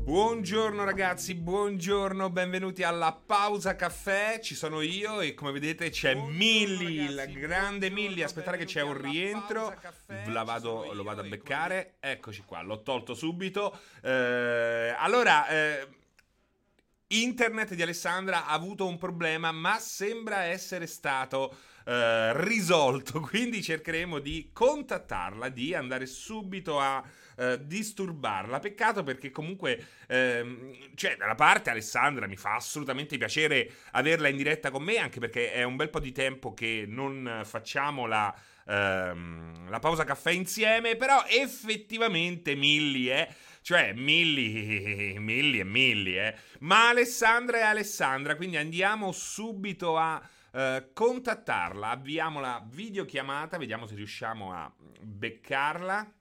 Buongiorno ragazzi, buongiorno, benvenuti alla pausa caffè, ci sono io e come vedete c'è Milly, il grande Milly, aspettate che c'è un rientro, lo vado a beccare, eccoci qua, l'ho tolto subito. Internet di Alessandra ha avuto un problema, ma sembra essere stato risolto. Quindi cercheremo di contattarla, di andare subito a disturbarla. Peccato perché comunque, cioè, da una parte Alessandra mi fa assolutamente piacere averla in diretta con me, anche perché è un bel po' di tempo che non facciamo la pausa caffè insieme. Però effettivamente Milly è Milly, eh. Ma Alessandra è Alessandra, quindi andiamo subito a contattarla. Avviamo la videochiamata, vediamo se riusciamo a beccarla.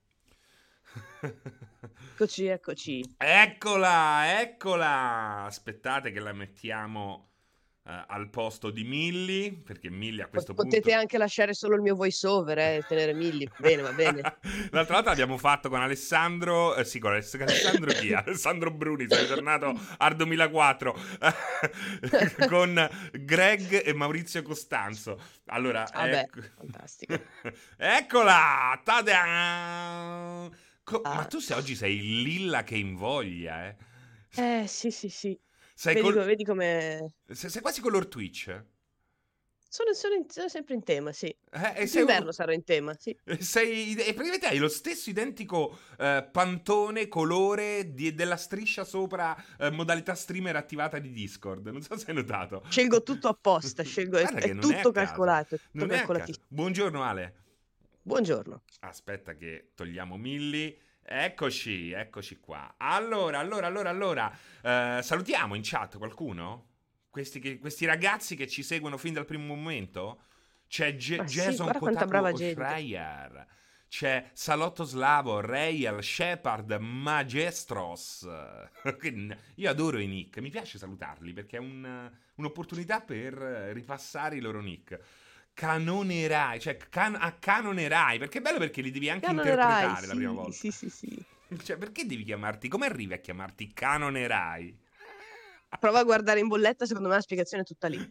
Eccoci, eccoci. Eccola, eccola. Aspettate che la mettiamo al posto di Milly, perché Milly a questo Potete punto... anche lasciare solo il mio voice over, tenere Milly, va bene, va bene. L'altra volta l'abbiamo fatto con Alessandro, sì, con Alessandro chi? Alessandro Bruni, sei ritornato al 2004 con Greg e Maurizio Costanzo. Allora, Vabbè, fantastico. eccola! Ta-da! Ma Ah, tu oggi sei lilla che invoglia, eh? sì, sì, sì. Sei, col... Vedi come... sei quasi color Twitch. Sono sempre in tema, sì. E Tutto sei, inverno sarò in tema, sì. e praticamente hai lo stesso identico pantone, colore della striscia sopra modalità streamer attivata di Discord. Non so se hai notato. Scelgo tutto apposta, Guarda che è non è a tutto caso. calcolato, è tutto Non è a caso. calcolatissimo. Buongiorno Ale. Buongiorno. Aspetta che togliamo Milly. Eccoci qua. Allora. Salutiamo in chat qualcuno? Questi ragazzi che ci seguono fin dal primo momento? C'è Ma sì, Jason guarda quanta brava Kotaku gente. Schreier. C'è Salotto Slavo, Rayel, Shepard, Magestros. Io adoro i nick, mi piace salutarli perché è un'opportunità per ripassare i loro nick. Canonerai, cioè canonerai, perché è bello perché li devi anche Canonerai, interpretare la prima sì, volta. sì, sì, sì. Cioè, perché devi chiamarti? Come arrivi a chiamarti canonerai? Prova a guardare in bolletta, secondo me la spiegazione è tutta lì.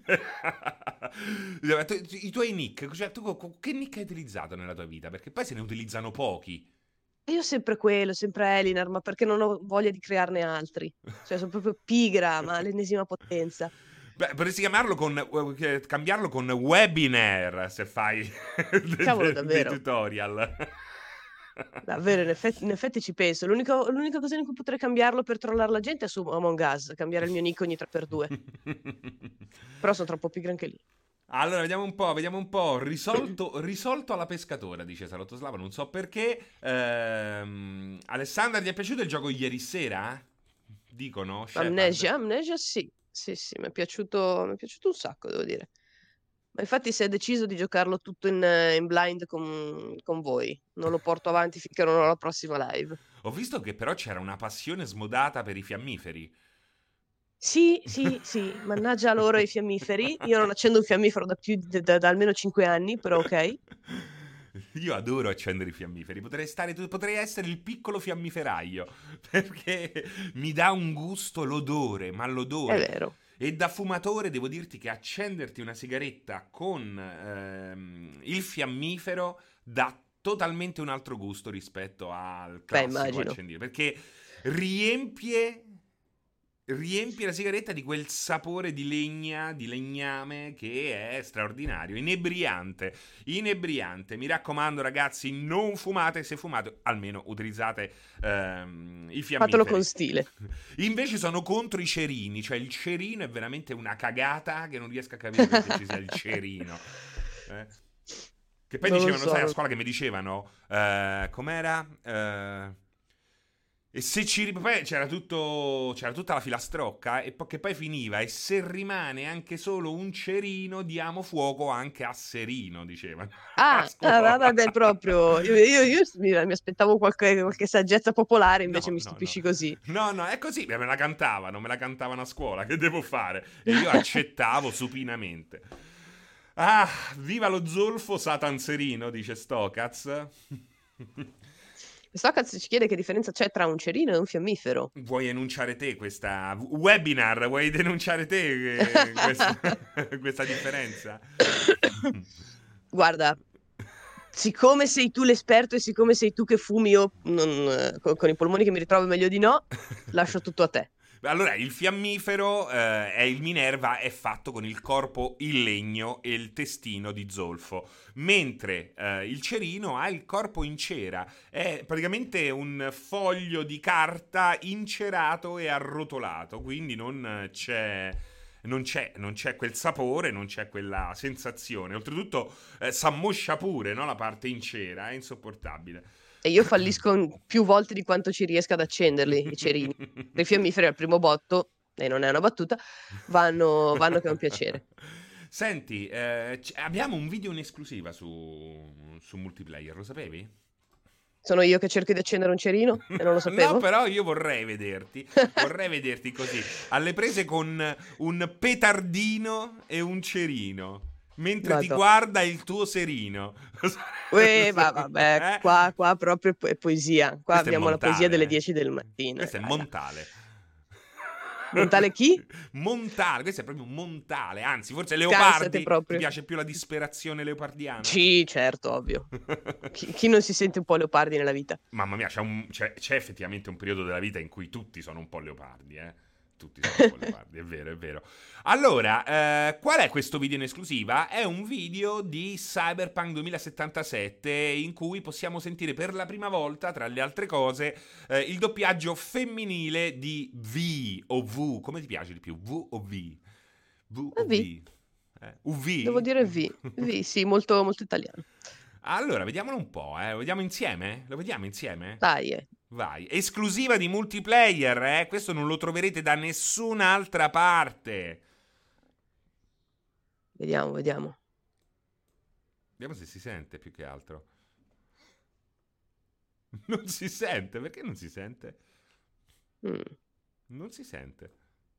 I tuoi nick, cioè tu che nick hai utilizzato nella tua vita? Perché poi se ne utilizzano pochi. E io sempre quello, sempre Elinar, ma perché non ho voglia di crearne altri. Cioè, sono proprio pigra, ma all'ennesima potenza. Beh, potresti cambiarlo con webinar se fai Cavolo, dei davvero. tutorial. Davvero, in effetti ci penso. L'unica cosa in cui potrei cambiarlo per trollare la gente è su Among Us, cambiare il mio nick ogni 3x2. Però sono troppo pigra anche lì. Allora, vediamo un po'. Risolto alla pescatora, dice Salottoslava. Non so perché. Alessandra, ti è piaciuto il gioco ieri sera? Dicono, Shepard. Amnesia sì. Sì, sì, mi è piaciuto un sacco, devo dire. Ma infatti si è deciso di giocarlo tutto in blind con voi. Non lo porto avanti finché non ho la prossima live. Ho visto che però c'era una passione smodata per i fiammiferi. Sì, sì, sì, mannaggia loro i fiammiferi. Io non accendo un fiammifero da almeno 5 anni, però ok. Io adoro accendere i fiammiferi. Potrei essere il piccolo fiammiferaio. Perché mi dà un gusto l'odore, ma È l'odore. vero. E da fumatore devo dirti che accenderti una sigaretta con il fiammifero dà totalmente un altro gusto rispetto al Beh, classico immagino. accendino. Perché riempie riempie la sigaretta di quel sapore di legna, di legname che è straordinario, inebriante, inebriante. Mi raccomando ragazzi, non fumate, se fumate almeno utilizzate i Fatelo con fiammiferi. stile. Invece sono contro i cerini, cioè il cerino è veramente una cagata che non riesco a capire perché ci sia il cerino. Eh? Che poi Non lo dicevano, so. sai, a scuola che mi dicevano, com'era? E se poi c'era tutta la filastrocca che poi finiva e se rimane anche solo un cerino diamo fuoco anche a Serino, dicevano a scuola. Vabbè, proprio. Io mi aspettavo qualche saggezza popolare, invece No, mi no, no. stupisci così. No, no, è così, me la cantavano a scuola, che devo fare? E io accettavo supinamente. Viva lo zolfo Satan Serino, dice Stokaz. Stoccaz ci chiede che differenza c'è tra un cerino e un fiammifero. Vuoi enunciare te questa webinar? Vuoi denunciare te questa differenza? Guarda, siccome sei tu l'esperto e siccome sei tu che fumi, io con i polmoni che mi ritrovo meglio di no, lascio tutto a te. Allora, il fiammifero è il Minerva, è fatto con il corpo in legno e il testino di zolfo, mentre il cerino ha il corpo in cera, è praticamente un foglio di carta incerato e arrotolato, quindi non c'è quel sapore, non c'è quella sensazione. Oltretutto s'ammoscia pure, no? La parte in cera, è insopportabile. E io fallisco più volte di quanto ci riesca ad accenderli, i cerini. I fiammiferi al primo botto, e non è una battuta, vanno che è un piacere. Senti, abbiamo un video in esclusiva su Multiplayer, lo sapevi? Sono io che cerco di accendere un cerino e non lo No, sapevo? però io vorrei vederti così, alle prese con un petardino e un cerino, mentre ti Vado. guarda il tuo serino. Vabbè, Eh? qua proprio è poesia. Qua Questo è abbiamo la poesia delle Montale, 10 del mattino. questo è Raga. Montale. Montale chi? Montale, questo è proprio un Montale, anzi forse Scansate Leopardi, ti proprio. piace più la disperazione leopardiana? Sì, certo, ovvio. Chi non si sente un po' leopardi nella vita? Mamma mia, c'è effettivamente un periodo della vita in cui tutti sono un po' leopardi, eh? Tutti sono un po' leopardi, è vero, è vero. Allora, qual è questo video in esclusiva? È un video di Cyberpunk 2077 in cui possiamo sentire per la prima volta, tra le altre cose, il doppiaggio femminile di V o V. Come ti piace di più? V o V? V o V. V? Devo UV? dire V. V, sì, molto, molto italiano. Allora, vediamolo un po', Lo vediamo insieme? Lo vediamo insieme? Dai, Vai. Esclusiva di multiplayer, Questo non lo troverete da nessun'altra parte. vediamo, vediamo. Vediamo se si sente più che altro. Non si sente, perché non si sente? Mm. Non si sente.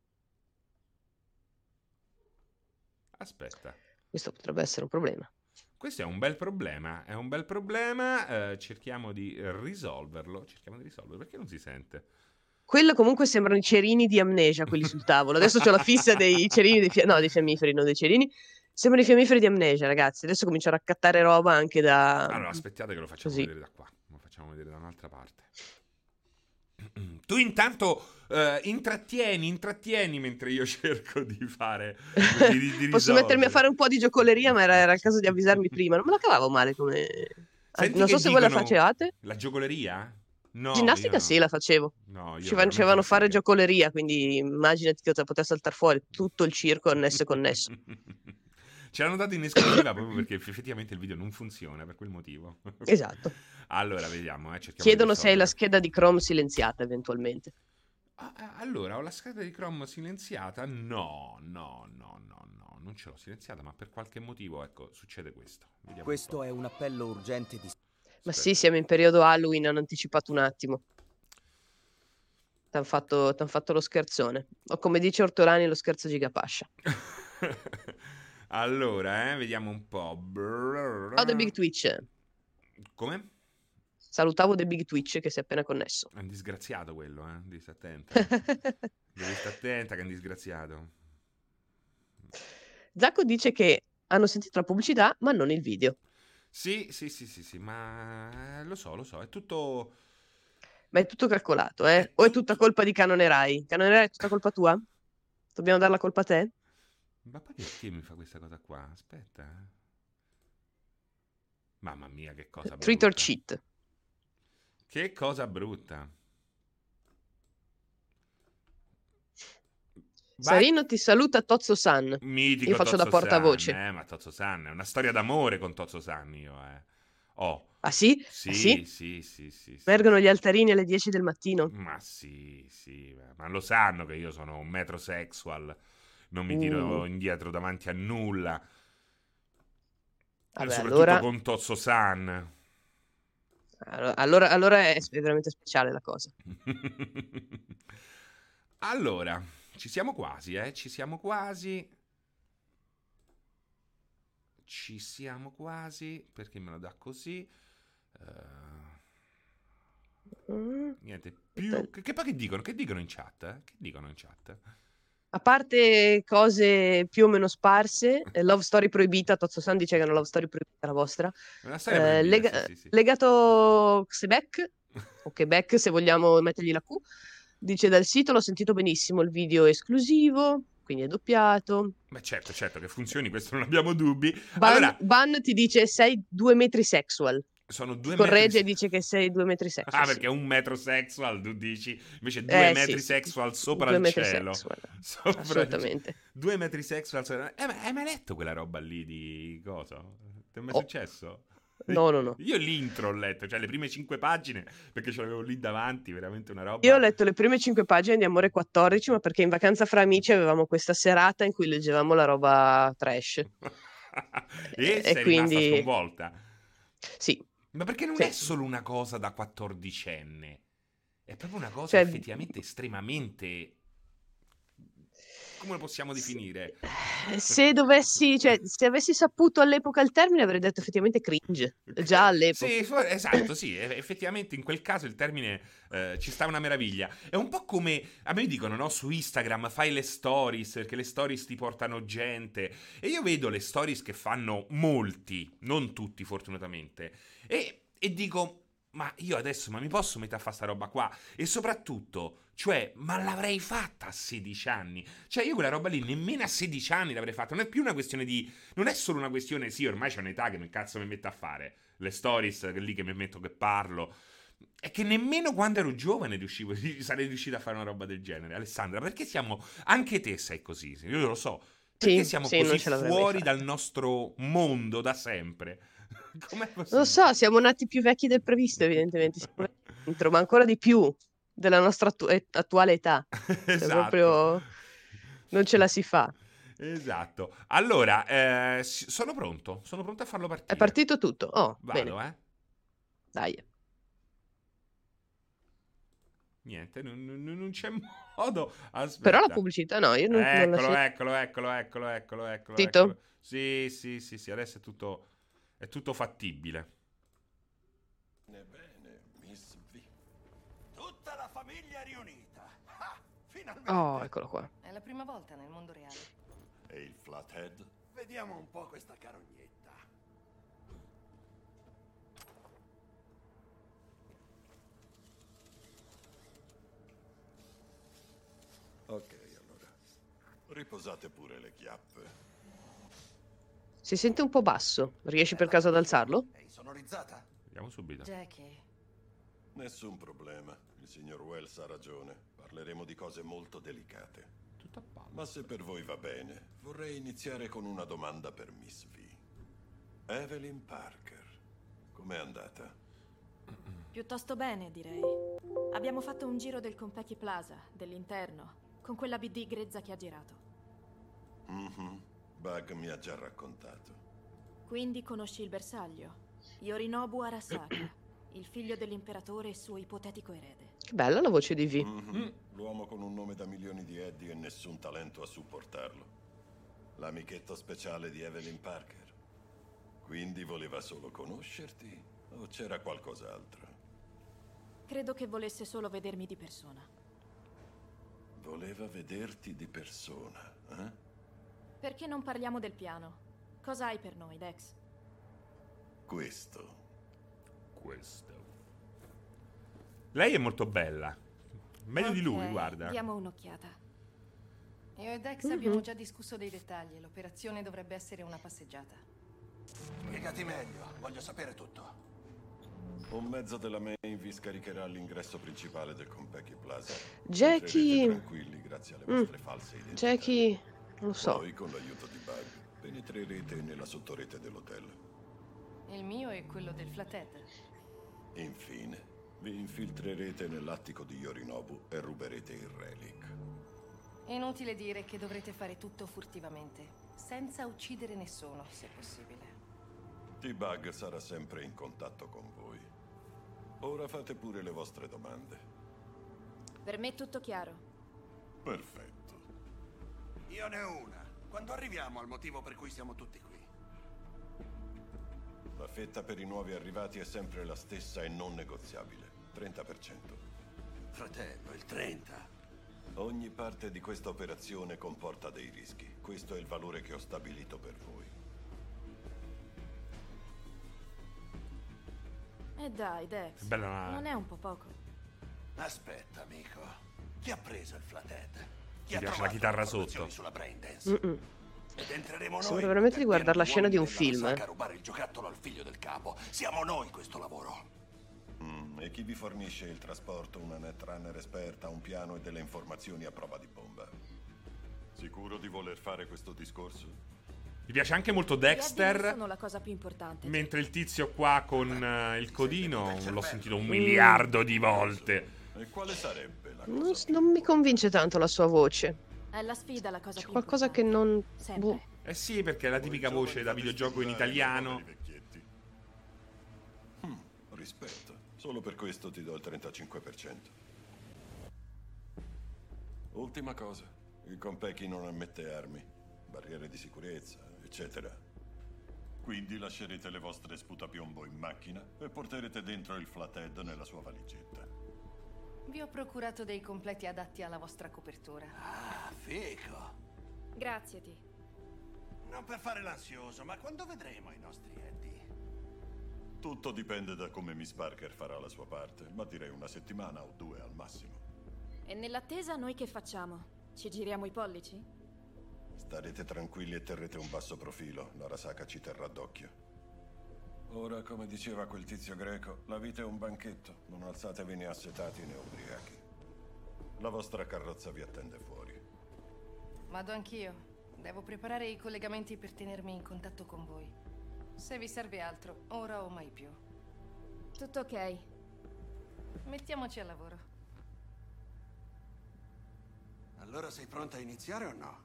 Aspetta. Questo potrebbe essere un problema. Questo è un bel problema, cerchiamo di risolverlo. Perché non si sente? Quello comunque sembrano i cerini di Amnesia, quelli sul tavolo. Adesso c'ho la fissa dei cerini, no, dei fiammiferi, non dei cerini. Sembrano i fiammiferi di Amnesia, ragazzi. Adesso comincio a raccattare roba anche da... Allora, aspettate che lo facciamo così. vedere da qua. Lo facciamo vedere da un'altra parte. Tu intanto intrattieni mentre io cerco di fare di Posso mettermi a risolvere. fare un po' di giocoleria, ma era il caso di avvisarmi prima. Non me la cavavo male come... Senti non so che se voi la dicono facevate. la giocoleria? No, io Ginnastica sì, no. la facevo. No, Ci io veramente facevano fare zero. giocoleria, quindi immaginati cosa poter saltare fuori tutto il circo annesso e connesso. Ce l'hanno dato in esclusiva proprio perché effettivamente il video non funziona per quel motivo. Esatto. Allora, vediamo, cerchiamo di Chiedono se hai la risolvere. scheda di Chrome silenziata eventualmente. Allora, ho la scheda di Chrome silenziata? No, non ce l'ho silenziata, ma per qualche motivo, ecco, succede questo. Vediamo un Questo po'. è un appello urgente di... Ma Aspetta. sì, siamo in periodo Halloween, hanno anticipato un attimo. T'han fatto lo scherzone. O come dice Ortolani, lo scherzo gigapascia. Allora, vediamo un po'. Ciao The Big Twitch. Come? Salutavo The Big Twitch che si è appena connesso. È un disgraziato quello, Devi stare attenta. Devi stare attenta che è un disgraziato. Zacco dice che hanno sentito la pubblicità, ma non il video. Sì, ma lo so, è tutto... Ma è tutto calcolato, È O è tutto... tutta colpa di Canone Rai? Canone Rai è tutta colpa tua? Dobbiamo dare la colpa a te? Ma poi perché mi fa questa cosa qua? Aspetta, Mamma mia, che cosa Treat or brutta. cheat. Che cosa brutta. Vai. Sarino ti saluta Tozzo San. Mitico Io faccio da Tozzo San, portavoce. ma Tozzo San è una storia d'amore con Tozzo San io, Oh, Ah sì? Ah sì, sì? sì. Emergono gli altarini alle 10 del mattino? Ma sì, ma lo sanno che io sono un metrosexual, non mi tiro indietro davanti a nulla, Vabbè, soprattutto allora... con Tozzo San. Allora è veramente speciale la cosa. Allora, ci siamo quasi, ci siamo quasi. Perché me lo dà così? Niente più. Che poi che dicono? Che dicono in chat? Che dicono in chat? A parte cose più o meno sparse, Love Story proibita, Tozzo-san dice che è una Love Story proibita la vostra. È una storia proibita, sì. Legato Quebec, o Quebec se vogliamo mettergli la Q, dice dal sito l'ho sentito benissimo, il video è esclusivo, quindi è doppiato. Beh, certo che funzioni, questo non abbiamo dubbi. Ban, Allora, Ban ti dice sei 2 metri sexual. sono Ti 2 metri. corregge e dice che sei 2 metri sexual. Ah, Sì. perché è 1 metro sexual, tu dici, invece 2 metri Sì. sexual sopra 2 il metri cielo. sexual. Sopra Assolutamente. 2 metri sexual. Ma hai mai letto quella roba lì di cosa? Ti è mai Oh. successo? No. Io l'intro ho letto, cioè le prime 5 pagine, perché ce l'avevo lì davanti, veramente una roba. Io ho letto le prime 5 pagine di Amore 14, ma perché in vacanza fra amici avevamo questa serata in cui leggevamo la roba trash. E sei rimasta quindi sconvolta. sì. Ma perché non Sì. è solo una cosa da 14enne, è proprio una cosa Cioè, effettivamente estremamente. Come lo possiamo definire? se avessi saputo all'epoca il termine avrei detto effettivamente cringe, già all'epoca. Sì, esatto, sì, effettivamente in quel caso il termine ci sta una meraviglia. È un po' come, a me dicono, no, su Instagram fai le stories, perché le stories ti portano gente, e io vedo le stories che fanno molti, non tutti fortunatamente, e dico, ma io adesso, ma mi posso mettere a fare sta roba qua? E soprattutto, cioè, ma l'avrei fatta a 16 anni? Cioè, io quella roba lì nemmeno a 16 anni l'avrei fatta. Non è più una questione di. Non è solo una questione, sì, ormai c'è un'età che cazzo mi metto a fare. Le stories lì che mi metto che parlo. È che nemmeno quando ero giovane sarei riuscito a fare una roba del genere. Alessandra, perché siamo. Anche te sei così, io lo so. Perché siamo Sì, così non ce l'avrei mai fuori fatta. dal nostro mondo da sempre? Com'è Non possibile? lo so, siamo nati più vecchi del previsto, evidentemente. Siamo dentro, ma ancora di più della nostra attuale età. Cioè, Esatto. proprio non ce la si fa. Esatto. Allora, sono pronto. Sono pronto a farlo È partire. partito tutto. Oh, bene, Vado, eh. dai. Niente, non c'è modo. Però la Aspetta. pubblicità no, io non la sento. Eccolo. Sentito? Sì, adesso è tutto fattibile. Bene, Miss V. Tutta la famiglia riunita. Ah, finalmente. Oh, eccolo qua. È la prima volta nel mondo reale. E il Flathead? Vediamo un po' questa carognetta. Ok, allora. Riposate pure le chiappe. Si sente un po' basso. Riesci per caso ad alzarlo? È insonorizzata? Vediamo subito. Jackie, Nessun problema. Il signor Wells ha ragione. Parleremo di cose molto delicate. Tutto a palla. Ma se per voi va bene, vorrei iniziare con una domanda per Miss V. Evelyn Parker, com'è andata? piuttosto bene, direi. Abbiamo fatto un giro del Compeki Plaza, dell'interno, con quella BD grezza che ha girato. Bug mi ha già raccontato. Quindi conosci il bersaglio. Yorinobu Arasaka, il figlio dell'imperatore e suo ipotetico erede. Che bella la voce di V. L'uomo con un nome da milioni di Eddie e nessun talento a supportarlo. L'amichetto speciale di Evelyn Parker. Quindi voleva solo conoscerti o c'era qualcos'altro? Credo che volesse solo vedermi di persona. Voleva vederti di persona, eh? Perché non parliamo del piano? Cosa hai per noi, Dex? Questo. Lei è molto bella. Meglio di lui, Ok, guarda. diamo un'occhiata. Io e Dex abbiamo già discusso dei dettagli. L'operazione dovrebbe essere una passeggiata. Spiegati meglio, voglio sapere tutto. Un mezzo della main vi scaricherà all'ingresso principale del Compeki Plaza. Jackie. Entrerete tranquilli grazie alle vostre false identità. Jackie, non lo so. Poi, con l'aiuto di Bug, penetrerete nella sottorete dell'hotel. Il mio è quello del Flathead. Infine, vi infiltrerete nell'attico di Yorinobu e ruberete il relic. Inutile dire che dovrete fare tutto furtivamente, senza uccidere nessuno, se possibile. T-Bug sarà sempre in contatto con voi. Ora fate pure le vostre domande. Per me tutto chiaro. Perfetto. Io ne ho una. Quando arriviamo al motivo per cui siamo tutti qui? La fetta per i nuovi arrivati è sempre la stessa e non negoziabile. 30%. Fratello, il 30. Ogni parte di questa operazione comporta dei rischi. Questo è il valore che ho stabilito per voi. E dai, Dex. Bella. Non è un po' poco. Aspetta, amico. Chi ha preso il Flathead? Chi Mi ha piace la trovato chitarra informazioni sotto. sulla Braindance? Ed entreremo noi. Sembra veramente di guardare la perché scena di un uomini della film, Masaka a rubare il giocattolo al figlio del capo. Siamo noi questo lavoro. E chi vi fornisce il trasporto, una netrunner esperta, un piano e delle informazioni a prova di bomba? Sicuro di voler fare questo discorso? Mi piace anche molto Gli Eddie Dexter. sono la cosa più importante. Mentre il tizio qua con il codino l'ho sentito 1 miliardo di volte. E quale sarebbe la Non, cosa più non mi convince tanto la sua voce. È la sfida la cosa C'è più qualcosa che importante. non... Sempre. boh. Eh sì, perché è la tipica voce da videogioco in italiano. Rispetto. Solo per questo ti do il 35%. Ultima cosa. Il Compeki non ammette armi, barriere di sicurezza, eccetera. Quindi lascerete le vostre sputapiombo in macchina e porterete dentro il Flathead nella sua valigetta. Vi ho procurato dei completi adatti alla vostra copertura. Ah, fico. Grazie, T. Non per fare l'ansioso, ma quando vedremo i nostri Eddie? Tutto dipende da come Miss Parker farà la sua parte, ma direi 1 settimana o 2 al massimo. E nell'attesa noi che facciamo? Ci giriamo i pollici? Starete tranquilli e terrete un basso profilo. L'arasaka ci terrà d'occhio. Ora, come diceva quel tizio greco, la vita è un banchetto. Non alzatevi né assetati né ubriachi. La vostra carrozza vi attende fuori. Vado anch'io. Devo preparare i collegamenti per tenermi in contatto con voi. Se vi serve altro, ora o mai più. Tutto ok. Mettiamoci al lavoro. Allora sei pronta a iniziare o no?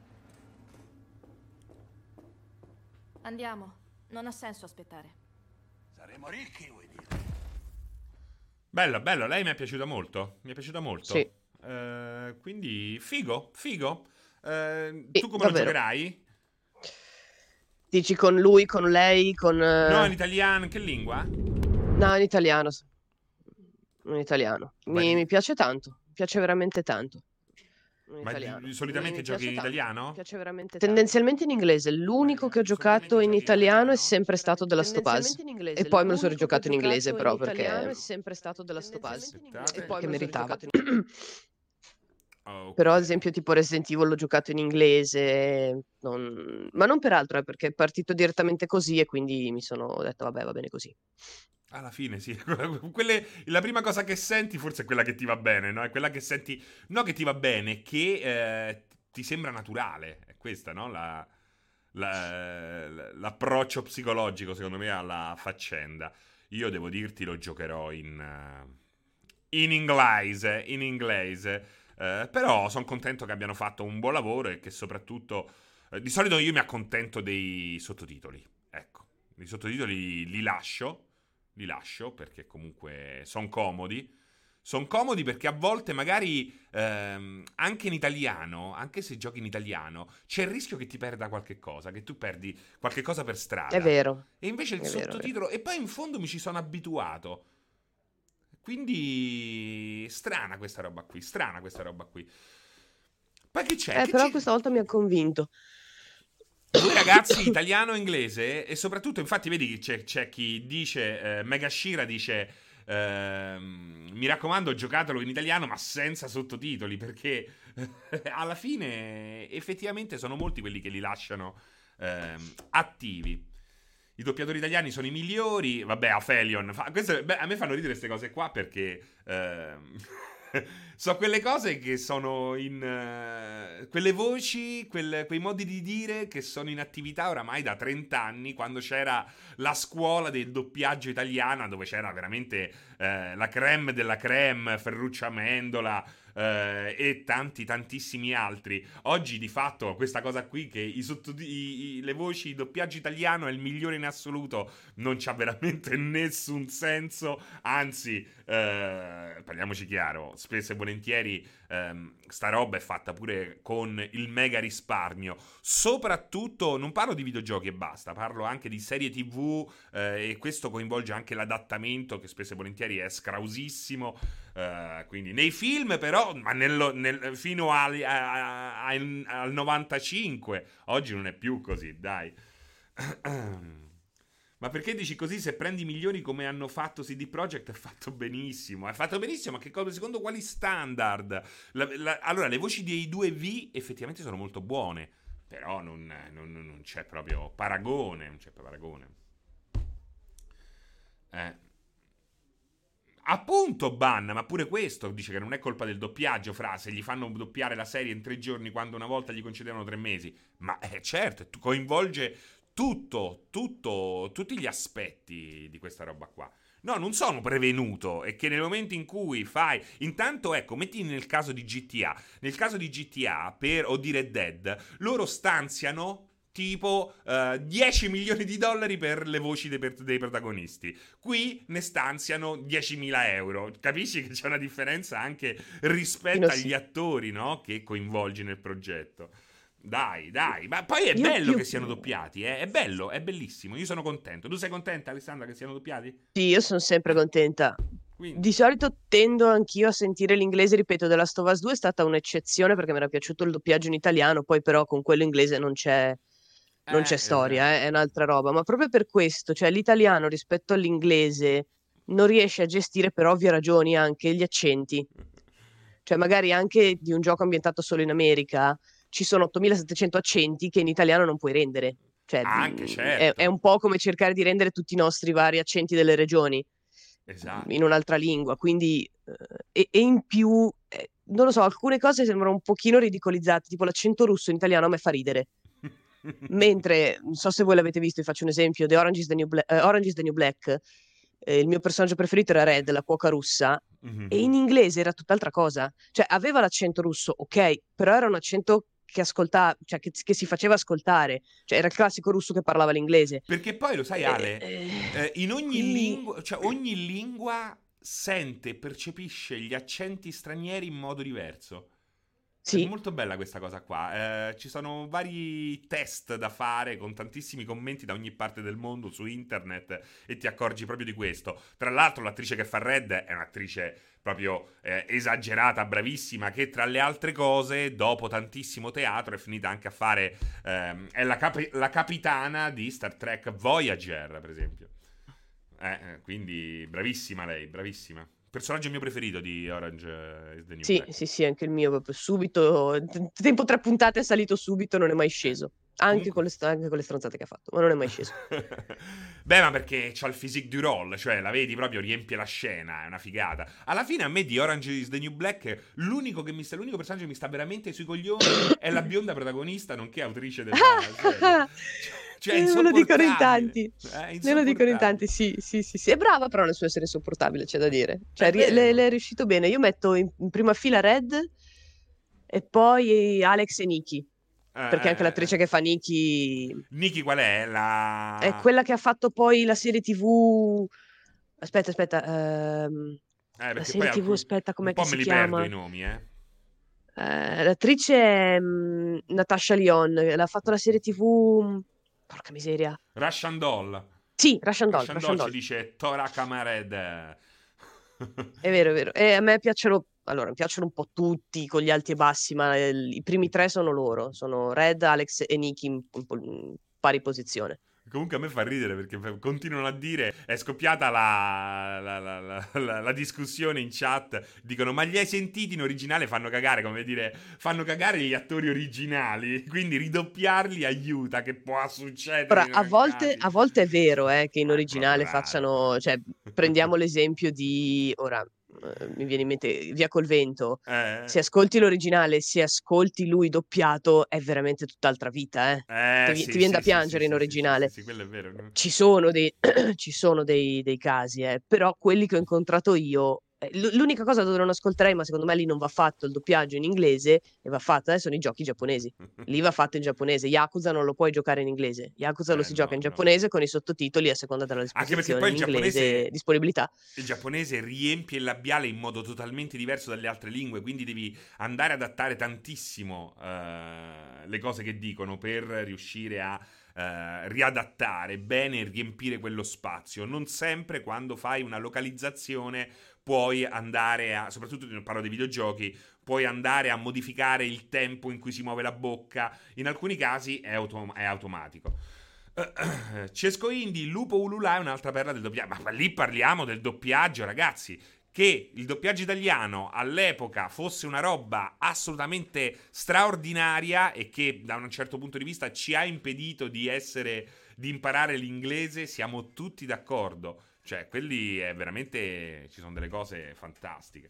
Andiamo. Non ha senso aspettare. Saremo ricchi, vuoi dire? Bello, bello, lei mi è piaciuta molto. Mi è piaciuta molto. Sì. Quindi, figo, figo. Sì, Tu come lo davvero. giocherai? Dici con lui, con lei, con... No, in italiano, che lingua? No, in italiano. In italiano. Vai. Mi piace tanto. Mi piace veramente tanto. In Ma italiano. solitamente Mi giochi piace in tanto. italiano? Mi piace veramente tanto. Tendenzialmente in inglese. L'unico che ho giocato in italiano è sempre stato The Last of Us. E poi me lo sono rigiocato in inglese, però, perché... è sempre stato The Last of Us. Aspettate. E poi meritava. Ok. Però, ad esempio, tipo Resident Evil l'ho giocato in inglese, ma non per altro, perché è partito direttamente così e quindi mi sono detto, vabbè, va bene così. Alla fine, sì. La prima cosa che senti forse è quella che ti va bene, no? È quella che senti, no che ti va bene, che ti sembra naturale. È questa, no? L'approccio psicologico, secondo me, alla faccenda. Io devo dirti, lo giocherò in inglese. Però sono contento che abbiano fatto un buon lavoro e che soprattutto... di solito io mi accontento dei sottotitoli. Ecco, i sottotitoli li lascio perché comunque sono comodi. Sono comodi perché a volte magari anche in italiano, anche se giochi in italiano, c'è il rischio che ti perda qualche cosa, che tu perdi qualche cosa per strada. È vero. E invece il È vero, sottotitolo... E poi in fondo mi ci sono abituato. Quindi strana questa roba qui. Poi che c'è? Però questa volta mi ha convinto. Voi ragazzi, italiano e inglese, e soprattutto, infatti, vedi che c'è chi dice, Megashira dice, mi raccomando, giocatelo in italiano ma senza sottotitoli, perché alla fine effettivamente sono molti quelli che li lasciano attivi. I doppiatori italiani sono i migliori. Vabbè, Aphelion. A me fanno ridere queste cose qua perché so quelle cose che sono in... quelle voci, quei modi di dire che sono in attività oramai da 30 anni, quando c'era la scuola del doppiaggio italiana, dove c'era veramente la creme della creme, Ferruccio Amendola, e tantissimi altri. Oggi di fatto questa cosa qui che le voci doppiaggio italiano è il migliore in assoluto non c'ha veramente nessun senso, anzi parliamoci chiaro, spesso e volentieri sta roba è fatta pure con il mega risparmio, soprattutto non parlo di videogiochi e basta, parlo anche di serie TV, e questo coinvolge anche l'adattamento che spesso e volentieri è scrausissimo, quindi nei film però, ma fino al 95, oggi non è più così, dai. Ma perché dici così? Se prendi i migliori come hanno fatto CD Projekt è fatto benissimo. È fatto benissimo, ma che cosa, secondo quali standard? Allora, le voci dei 2V effettivamente sono molto buone, però non c'è proprio paragone. Non c'è proprio paragone. Appunto, Ban, ma pure questo dice che non è colpa del doppiaggio, se gli fanno doppiare la serie in 3 giorni quando una volta gli concedevano 3 mesi. Ma certo, coinvolge tutti gli aspetti di questa roba qua. No, non sono prevenuto, è che nel momento in cui fai... Intanto, ecco, metti nel caso di GTA. Nel caso di GTA, o di Red Dead, loro stanziano tipo 10 milioni di dollari per le voci dei protagonisti. Qui ne stanziano 10.000 euro. Capisci che c'è una differenza anche rispetto agli attori, no? Che coinvolgi nel progetto. Dai, ma poi è bello che siano doppiati, è bello, è bellissimo, io sono contento. Tu sei contenta, Alessandra, che siano doppiati? Sì, io sono sempre contenta. Quindi. Di solito tendo anch'io a sentire l'inglese, ripeto, The Last of Us 2 è stata un'eccezione perché mi era piaciuto il doppiaggio in italiano, poi però con quello inglese non c'è storia, esatto. è un'altra roba, ma proprio per questo, cioè l'italiano rispetto all'inglese non riesce a gestire per ovvie ragioni anche gli accenti. Cioè magari anche di un gioco ambientato solo in America ci sono 8700 accenti che in italiano non puoi rendere. Cioè, Anche certo. è un po' come cercare di rendere tutti i nostri vari accenti delle regioni Esatto. in un'altra lingua. Quindi, e in più, non lo so, alcune cose sembrano un pochino ridicolizzate, tipo l'accento russo in italiano a me fa ridere. Mentre, non so se voi l'avete visto, vi faccio un esempio, The Orange is the New Black, il mio personaggio preferito era Red, la cuoca russa, e in inglese era tutt'altra cosa. Cioè, aveva l'accento russo, ok, però era un accento che ascoltava, cioè che si faceva ascoltare. Cioè, era il classico russo che parlava l'inglese. Perché poi, lo sai, Ale, in ogni lingua, cioè ogni lingua sente e percepisce gli accenti stranieri in modo diverso. Sì. È molto bella questa cosa qua. Ci sono vari test da fare con tantissimi commenti da ogni parte del mondo su internet e ti accorgi proprio di questo. Tra l'altro l'attrice che fa Red è un'attrice proprio esagerata, bravissima, che tra le altre cose dopo tantissimo teatro è finita anche a fare è la capitana di Star Trek Voyager, per esempio. Quindi bravissima lei, bravissima. Personaggio mio preferito di Orange is the New Black. Sì, anche il mio proprio subito. Tempo 3 puntate è salito subito, non è mai sceso. Anche con le stronzate che ha fatto, ma non è mai sceso. Beh, ma perché c'ha il physique du role, cioè la vedi proprio, riempie la scena, è una figata. Alla fine a me di Orange is the New Black l'unico personaggio che mi sta veramente sui coglioni è la bionda protagonista, nonché autrice della serie. Cioè, me lo dicono in tanti. Me lo dicono in tanti, sì. È brava però nel suo essere insopportabile, c'è da dire. Cioè, le è riuscito bene. Io metto in prima fila Red e poi Alex e Nikki. Perché anche l'attrice che fa Nikki... Nikki qual è? È quella che ha fatto poi la serie TV... Aspetta. La serie TV, aspetta, com'è che si chiama? Un po' me li perdo i nomi, L'attrice è Natasha Lyonne. L'ha fatto la serie TV... Porca miseria. Russian Doll. Sì, Russian Doll. Ci dice Tora Kamared. È vero. E a me piacciono... Allora, mi piacciono un po' tutti con gli alti e bassi, ma i primi 3 sono loro. Sono Red, Alex e Nikki in pari posizione. Comunque a me fa ridere perché continuano a dire, è scoppiata la discussione in chat, dicono ma li hai sentiti in originale? Fanno cagare, come dire, fanno cagare gli attori originali, quindi ridoppiarli aiuta, che può succedere. Ora, a volte è vero che in originale facciano, cioè prendiamo l'esempio di, ora mi viene in mente Via col vento, se ascolti l'originale, se ascolti lui doppiato è veramente tutt'altra vita, ti viene da piangere in originale. Sì, quello è vero. Ci sono dei casi, però quelli che ho incontrato io L'unica cosa dove non ascolterei, ma secondo me lì non va fatto il doppiaggio in inglese e va fatto, sono i giochi giapponesi. Lì va fatto in giapponese. Yakuza non lo puoi giocare in inglese. Yakuza lo si gioca in no. giapponese con i sottotitoli a seconda della Anche perché disposizione poi in inglese, disponibilità. il giapponese riempie il labiale in modo totalmente diverso dalle altre lingue, quindi devi andare ad adattare tantissimo le cose che dicono per riuscire a riadattare bene e riempire quello spazio. Non sempre quando fai una localizzazione puoi andare a, soprattutto parlo dei videogiochi, puoi andare a modificare il tempo in cui si muove la bocca. In alcuni casi è automatico. Cesco Indie, Lupo Ulula è un'altra perla del doppiaggio. Ma lì parliamo del doppiaggio, ragazzi. Che il doppiaggio italiano all'epoca fosse una roba assolutamente straordinaria e che da un certo punto di vista ci ha impedito di imparare l'inglese, siamo tutti d'accordo. Cioè, quelli è veramente, ci sono delle cose fantastiche.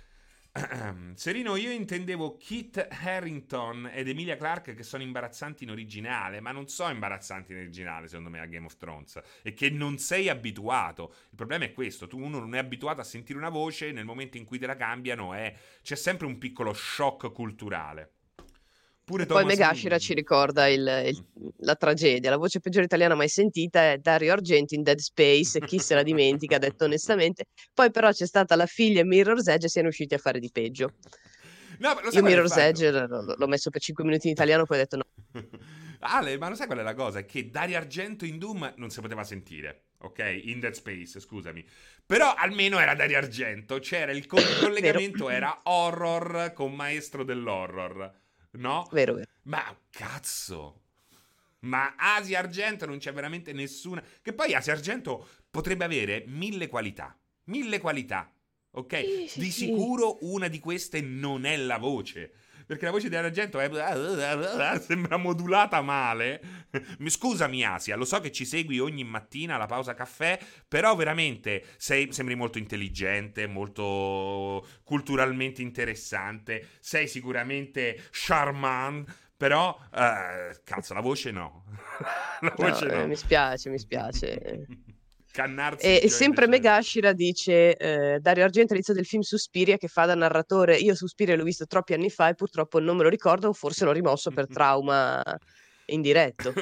Serino, io intendevo Kit Harington ed Emilia Clarke che sono imbarazzanti in originale, ma non so imbarazzanti in originale secondo me a Game of Thrones, e che non sei abituato. Il problema è questo, uno non è abituato a sentire una voce, nel momento in cui te la cambiano c'è sempre un piccolo shock culturale. Pure poi Megashira ci ricorda la tragedia. La voce peggiore italiana mai sentita è Dario Argento in Dead Space, chi se la dimentica, detto onestamente. Poi però c'è stata la figlia e Mirror's Edge e siamo riusciti a fare di peggio. No, io Mirror's Edge l'ho messo per 5 minuti in italiano, poi ho detto no. Ale, ma lo sai qual è la cosa? È che Dario Argento in Doom non si poteva sentire, ok? In Dead Space, scusami. Però almeno era Dario Argento, c'era il collegamento, era horror con maestro dell'horror. No? Vero. Ma cazzo. Ma Asia Argento non c'è veramente nessuna. Che poi Asia Argento potrebbe avere 1000 qualità. 1000 qualità. Ok? Sì, di sicuro una di queste non è la voce. Perché la voce di Argento sembra modulata male. Scusami Asia, lo so che ci segui ogni mattina alla pausa caffè, però veramente sembri molto intelligente, molto culturalmente interessante, sei sicuramente charmant, però cazzo, la voce no. La voce no. Mi spiace. Cannarsi e sempre Megashira dice Dario Argento all'inizio del film Suspiria che fa da narratore. Io Suspiria l'ho visto troppi anni fa e purtroppo non me lo ricordo, o forse l'ho rimosso per trauma indiretto.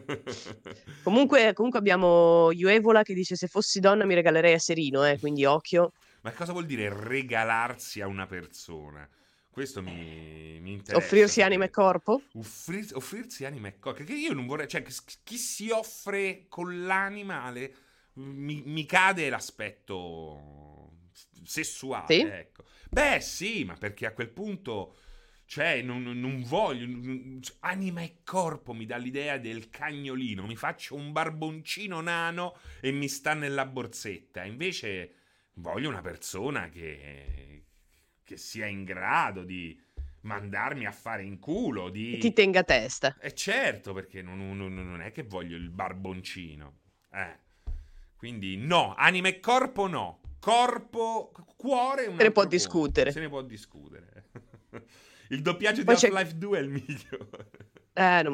comunque abbiamo Yuevola che dice se fossi donna mi regalerei a Serino, quindi occhio. Ma cosa vuol dire regalarsi a una persona? Questo mi interessa. Offrirsi anima e corpo? Offrirsi anima e corpo. Che io non vorrei. Cioè, chi si offre con l'animale mi cade l'aspetto sessuale. Sì? Ecco. Beh, sì, ma perché a quel punto. Cioè, non voglio. Anima e corpo mi dà l'idea del cagnolino. Mi faccio un barboncino nano e mi sta nella borsetta. Invece voglio una persona che sia in grado di mandarmi a fare in culo, di... Ti tenga a testa. Certo, perché non è che voglio il barboncino. Quindi no, anima e corpo no. Corpo, cuore... Se ne può discutere. Se ne può discutere. Il doppiaggio di Half-Life 2 è il migliore.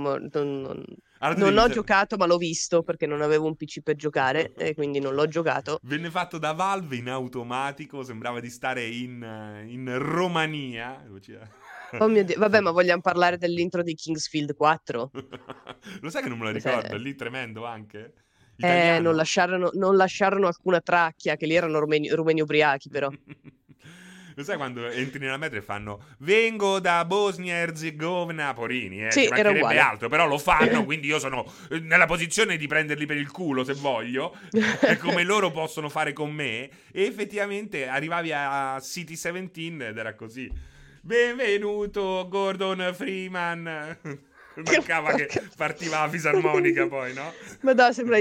Non ho giocato, ma l'ho visto perché non avevo un PC per giocare e quindi non l'ho giocato. Venne fatto da Valve in automatico, sembrava di stare in Romania. Oh mio Dio, vabbè, ma vogliamo parlare dell'intro di Kingsfield 4? Lo sai che non me lo ricordo, è lì tremendo anche? Non lasciarono alcuna tracchia, che lì erano rumeni ubriachi però. Lo sai quando entri nella metro e fanno vengo da Bosnia e Erzegovina, porini, sì, ci mancherebbe era altro, però lo fanno, quindi io sono nella posizione di prenderli per il culo se voglio, come loro possono fare con me, e effettivamente arrivavi a City 17 ed era così. Benvenuto Gordon Freeman. Mancava che partiva la fisarmonica poi, no? Ma no, sembra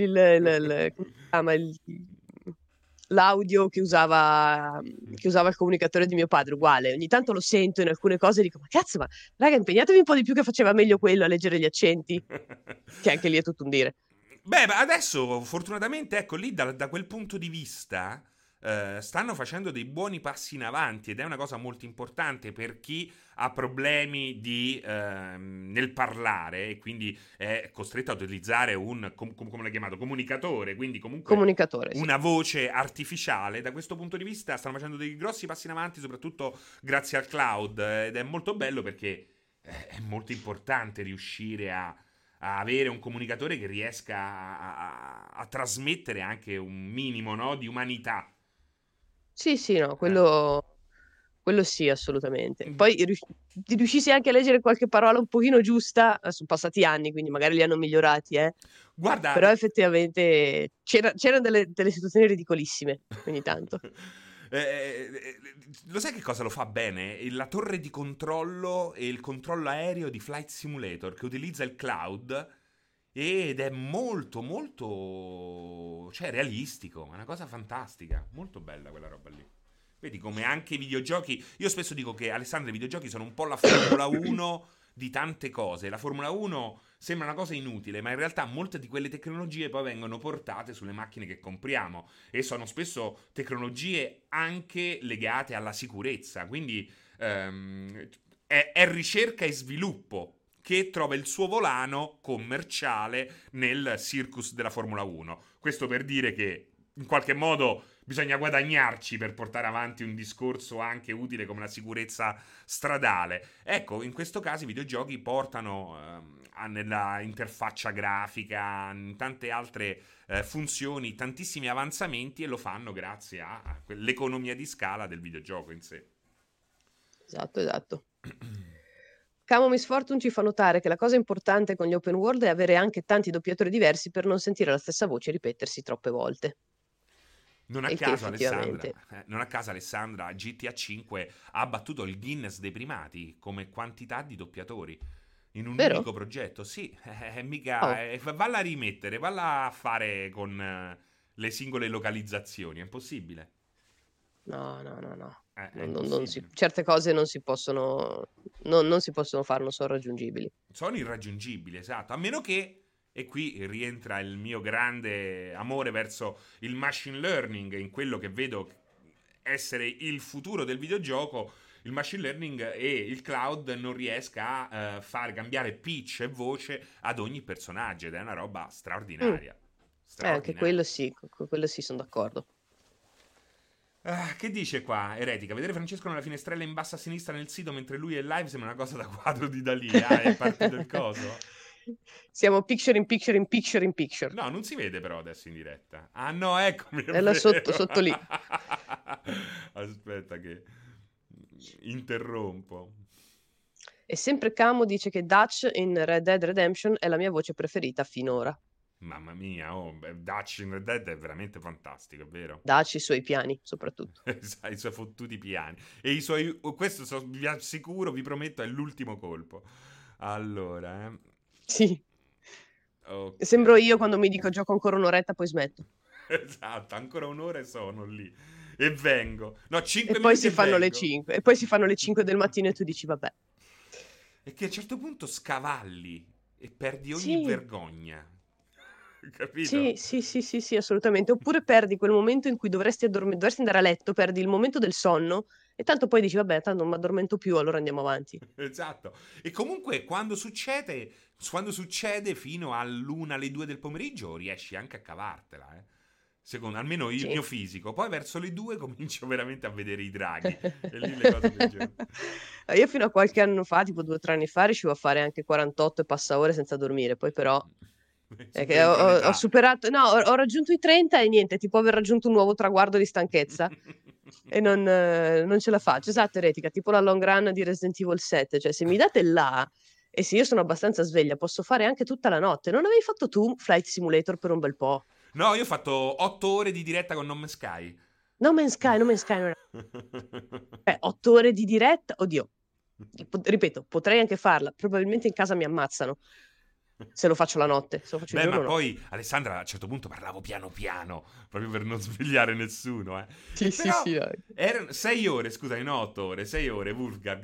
l'audio che usava il comunicatore di mio padre, uguale. Ogni tanto lo sento in alcune cose e dico, ma cazzo, ma raga, impegnatevi un po' di più che faceva meglio quello a leggere gli accenti. Che anche lì è tutto un dire. Beh, adesso fortunatamente, ecco, lì da quel punto di vista stanno facendo dei buoni passi in avanti, ed è una cosa molto importante per chi ha problemi nel parlare e quindi è costretto ad utilizzare un, come l'hai chiamato, comunicatore, quindi comunque Comunicatore, sì. una voce artificiale. Da questo punto di vista stanno facendo dei grossi passi in avanti, soprattutto grazie al cloud, ed è molto bello perché è molto importante riuscire a avere un comunicatore che riesca a trasmettere anche un minimo, no, di umanità. Sì, sì, no, quello sì, assolutamente. Poi riuscissi anche a leggere qualche parola un pochino giusta, sono passati anni, quindi magari li hanno migliorati, Guarda, però effettivamente c'erano delle situazioni ridicolissime ogni tanto. Lo sai che cosa lo fa bene? La torre di controllo e il controllo aereo di Flight Simulator, che utilizza il cloud ed è molto molto, cioè, realistico, è una cosa fantastica, molto bella quella roba lì. Vedi come anche i videogiochi, io spesso dico che, Alessandro, i videogiochi sono un po' la Formula 1 di tante cose. La Formula 1 sembra una cosa inutile, ma in realtà molte di quelle tecnologie poi vengono portate sulle macchine che compriamo e sono spesso tecnologie anche legate alla sicurezza, quindi è ricerca e sviluppo che trova il suo volano commerciale nel circus della Formula 1. Questo per dire che in qualche modo bisogna guadagnarci per portare avanti un discorso anche utile come la sicurezza stradale. Ecco, in questo caso i videogiochi portano nella interfaccia grafica, in tante altre funzioni, tantissimi avanzamenti, e lo fanno grazie all'economia di scala del videogioco in sé. Esatto. Camo Miss Fortune ci fa notare che la cosa importante con gli open world è avere anche tanti doppiatori diversi per non sentire la stessa voce ripetersi troppe volte. Non a caso Alessandra, GTA 5 ha battuto il Guinness dei primati come quantità di doppiatori in un unico progetto. Sì, valla a rimettere, valla a fare con le singole localizzazioni, è impossibile. No. Certe cose non si possono fare, non sono raggiungibili. Sono irraggiungibili, esatto, a meno che, e qui rientra il mio grande amore verso il machine learning, in quello che vedo essere il futuro del videogioco, il machine learning e il cloud non riesca a far cambiare pitch e voce ad ogni personaggio, ed è una roba straordinaria. Anche quello sì, sono d'accordo. Che dice qua Eretica? Vedere Francesco nella finestrella in basso a sinistra nel sito mentre lui è live sembra una cosa da quadro di Dalì. È partito il coso? Siamo picture in picture. No, non si vede però adesso in diretta. Ah no, eccomi. È là sotto lì. Aspetta che interrompo. E sempre Camo dice che Dutch in Red Dead Redemption è la mia voce preferita finora. Mamma mia, Dutch in Red Dead è veramente fantastico, è vero? Dutch, i suoi piani, soprattutto. I suoi fottuti piani. E questo vi assicuro, vi prometto, è l'ultimo colpo. Allora, Sì. Okay. Sembro io quando mi dico gioco ancora un'oretta, poi smetto. Esatto, ancora un'ora e sono lì. E vengo. No, 5 e poi minuti si e fanno vengo. le 5. E poi si fanno le 5 del mattino e tu dici vabbè. E che a un certo punto scavalli e perdi ogni vergogna. Capito? Sì, assolutamente. Oppure perdi quel momento in cui dovresti andare a letto, perdi il momento del sonno e tanto poi dici vabbè, tanto non mi addormento più, allora andiamo avanti. Esatto. E comunque quando succede fino all'1 alle 2 del pomeriggio riesci anche a cavartela, secondo almeno il mio fisico. Poi verso le 2 comincio veramente a vedere i draghi e lì le cose peggiorano. Io fino a qualche anno fa, tipo 2 o 3 anni fa, riuscivo a fare anche 48 e passa ore senza dormire, poi però che ho superato, no, ho raggiunto i 30 e niente, tipo aver raggiunto un nuovo traguardo di stanchezza e non ce la faccio. Esatto, Eretica, tipo la long run di Resident Evil 7, cioè se mi date là e se io sono abbastanza sveglia posso fare anche tutta la notte. Non avevi fatto tu Flight Simulator per un bel po'? No, io ho fatto 8 ore di diretta con No Man's Sky. No Man's Sky non è... 8 ore di diretta? Oddio, ripeto, potrei anche farla, probabilmente in casa mi ammazzano se lo faccio la notte. Se lo faccio il giorno, ma poi Alessandra a un certo punto parlavo piano piano proprio per non svegliare nessuno, Sì, sì. Erano 6 ore, scusami, no 8 ore, 6 ore, Wolfgang,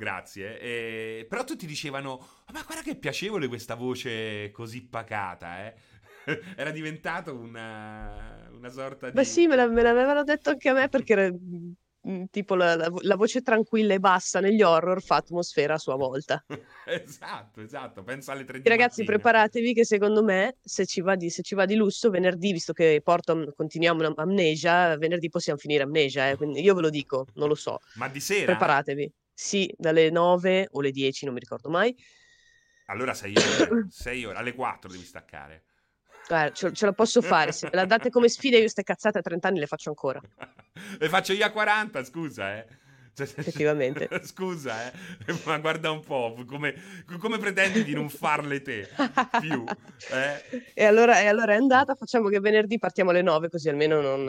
grazie. Però tutti dicevano, ma guarda che piacevole questa voce così pacata, Era diventato una sorta Beh di... sì, me l'avevano detto anche a me perché era, tipo la voce tranquilla e bassa negli horror fa atmosfera a sua volta. Esatto, pensa alle 3 di Ragazzi, mattina. preparatevi che secondo me, se ci va di lusso, venerdì, visto che continuiamo Amnesia, venerdì possiamo finire Amnesia, quindi io ve lo dico, non lo so. Ma di sera? Preparatevi. Sì, dalle 9 o le 10, non mi ricordo mai. Allora 6 ore, 6 ore, alle 4 devi staccare. Guarda, ce la posso fare, se me la date come sfida io ste cazzate a 30 anni le faccio ancora, Le faccio io a 40, scusa, eh. effettivamente. Scusa, ma guarda un po', come pretendi di non farle te più, eh? E allora è andata, facciamo che venerdì partiamo alle 9, così almeno non...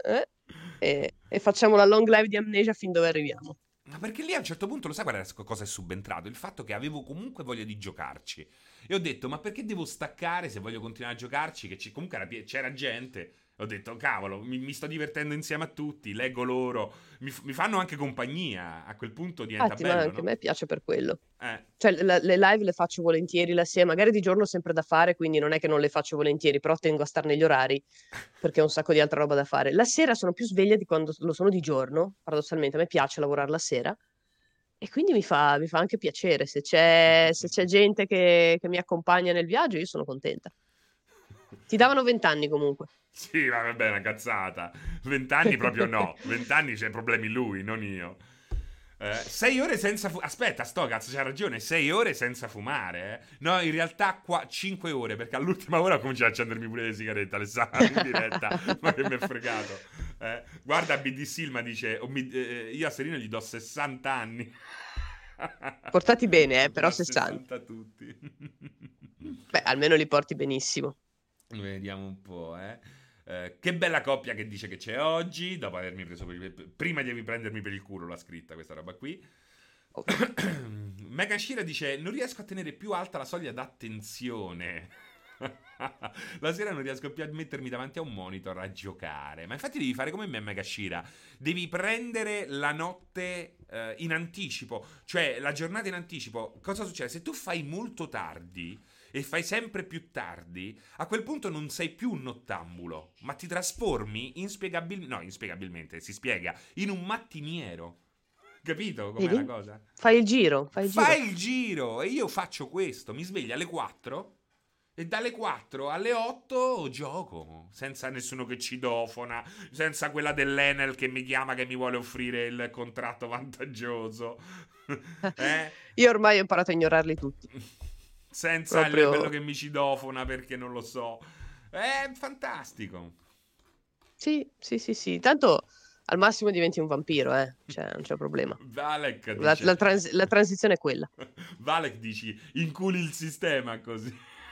e facciamo la long live di Amnesia fin dove arriviamo. Ma perché lì a un certo punto, lo sai cosa è subentrato? Il fatto che avevo comunque voglia di giocarci. E ho detto, ma perché devo staccare se voglio continuare a giocarci? Che comunque c'era gente. Ho detto, cavolo, mi sto divertendo insieme a tutti, leggo loro, mi fanno anche compagnia. A quel punto diventa Infatti, ma bello, anche a no? me piace per quello. Eh. Cioè, le live le faccio volentieri la sera, magari di giorno ho sempre da fare, quindi non è che non le faccio volentieri, però tengo a star negli orari perché ho un sacco di altra roba da fare. La sera sono più sveglia di quando lo sono di giorno, paradossalmente, a me piace lavorare la sera e quindi mi fa anche piacere. Se c'è gente che mi accompagna nel viaggio, io sono contenta. Ti davano 20 anni comunque. Sì, ma vabbè, è una cazzata. 20 anni proprio no. 20 anni c'è problemi lui, non io. 6 ore senza fumare. Aspetta, sto cazzo, c'ha ragione. 6 ore senza fumare, eh? No, in realtà 5 ore, perché all'ultima ora ho cominciato a accendermi pure le sigarette, Alessandro, in diretta. Ma che mi è fregato. Guarda, BD Silma dice: io a Serino gli do 60 anni. Portati bene, però Do 60. a tutti. Beh, almeno li porti benissimo. Vediamo un po', che bella coppia che dice che c'è oggi. Dopo avermi preso prima di prendermi per il culo, l'ha scritta questa roba qui. Megan Shira dice: non riesco a tenere più alta la soglia d'attenzione. La sera non riesco più a mettermi davanti a un monitor a giocare. Ma infatti devi fare come me, Megan Shira. Devi prendere la notte in anticipo, cioè la giornata in anticipo. Cosa succede? Se tu fai molto tardi e fai sempre più tardi, a quel punto non sei più un nottambulo, ma ti trasformi inspiegabilmente, si spiega, in un mattiniero. Capito com'è Vedi? la cosa? Fai il giro, Fai il giro e io faccio questo, mi sveglio alle 4 e dalle 4 alle 8 gioco, senza nessuno che citofona, senza quella dell'Enel che mi chiama che mi vuole offrire il contratto vantaggioso. Io ormai ho imparato a ignorarli tutti. Senza Proprio... quello che mi citofona perché non lo so. È fantastico. Sì. Tanto al massimo diventi un vampiro, cioè non c'è problema. Valek La dice... la transizione è quella. Valek dici, inculi il sistema così.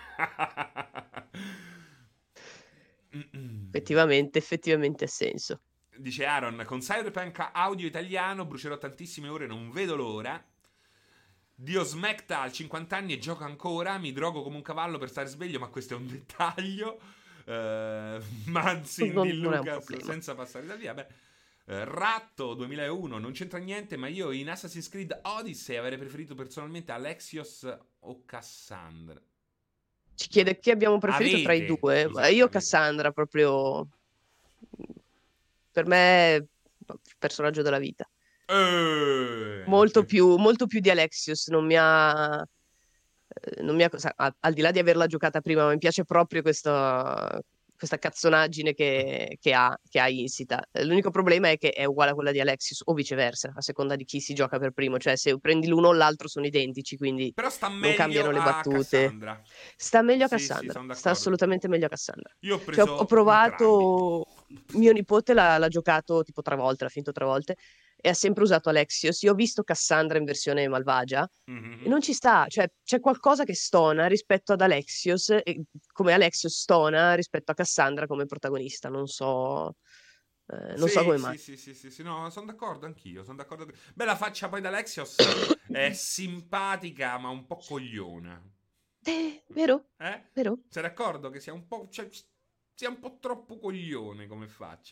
Effettivamente ha senso. Dice Aaron, con Cyberpunk audio italiano brucerò tantissime ore, non vedo l'ora. Dio smecta al 50 anni e gioca ancora. Mi drogo come un cavallo per stare sveglio, ma questo è un dettaglio. Manzin di Lucas senza passare da via. Ratto 2001 non c'entra niente, ma io in Assassin's Creed Odyssey avrei preferito personalmente Alexios o Cassandra. Ci chiede chi abbiamo preferito tra i due. Io Cassandra proprio, per me, il personaggio della vita. Molto più di Alexios. Non mi ha al di là di averla giocata prima, ma mi piace proprio questa cazzonaggine che ha insita. L'unico problema è che è uguale a quella di Alexios o viceversa, a seconda di chi si gioca per primo, cioè se prendi l'uno o l'altro sono identici, quindi però sta non cambiano le battute. Cassandra. Sta meglio a Sì, Cassandra, sì, sta assolutamente meglio a Cassandra. Io ho preso ho provato, mio nipote l'ha giocato tipo 3 volte, l'ha finito 3 volte e ha sempre usato Alexios. Io ho visto Cassandra in versione malvagia e non ci sta, cioè c'è qualcosa che stona rispetto ad Alexios, e come Alexios stona rispetto a Cassandra come protagonista, non so come mai. Sì, no, sono d'accordo anch'io, sono d'accordo. Beh, la faccia poi da Alexios è simpatica ma un po' cogliona. Vero? Sei d'accordo che sia un po', sia un po' troppo coglione come faccia?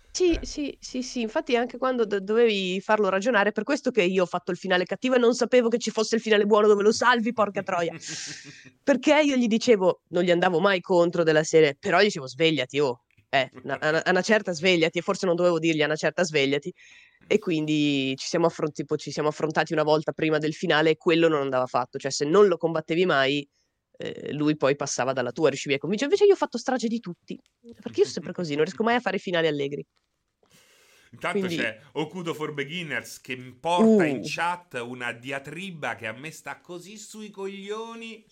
Sì, infatti anche quando dovevi farlo ragionare, per questo che io ho fatto il finale cattivo e non sapevo che ci fosse il finale buono dove lo salvi, porca troia. Perché io gli dicevo, non gli andavo mai contro della serie, però gli dicevo svegliati, oh, a una certa svegliati, e forse non dovevo dirgli a una certa svegliati. E quindi ci siamo affrontati una volta prima del finale e quello non andava fatto, cioè se non lo combattevi mai, lui poi passava dalla tua, riuscivi a convincere. Invece io ho fatto strage di tutti, perché io sono sempre così, non riesco mai a fare finali allegri. Intanto Quindi, c'è Okudo for Beginners che porta in uh, chat una diatriba che a me sta così sui coglioni.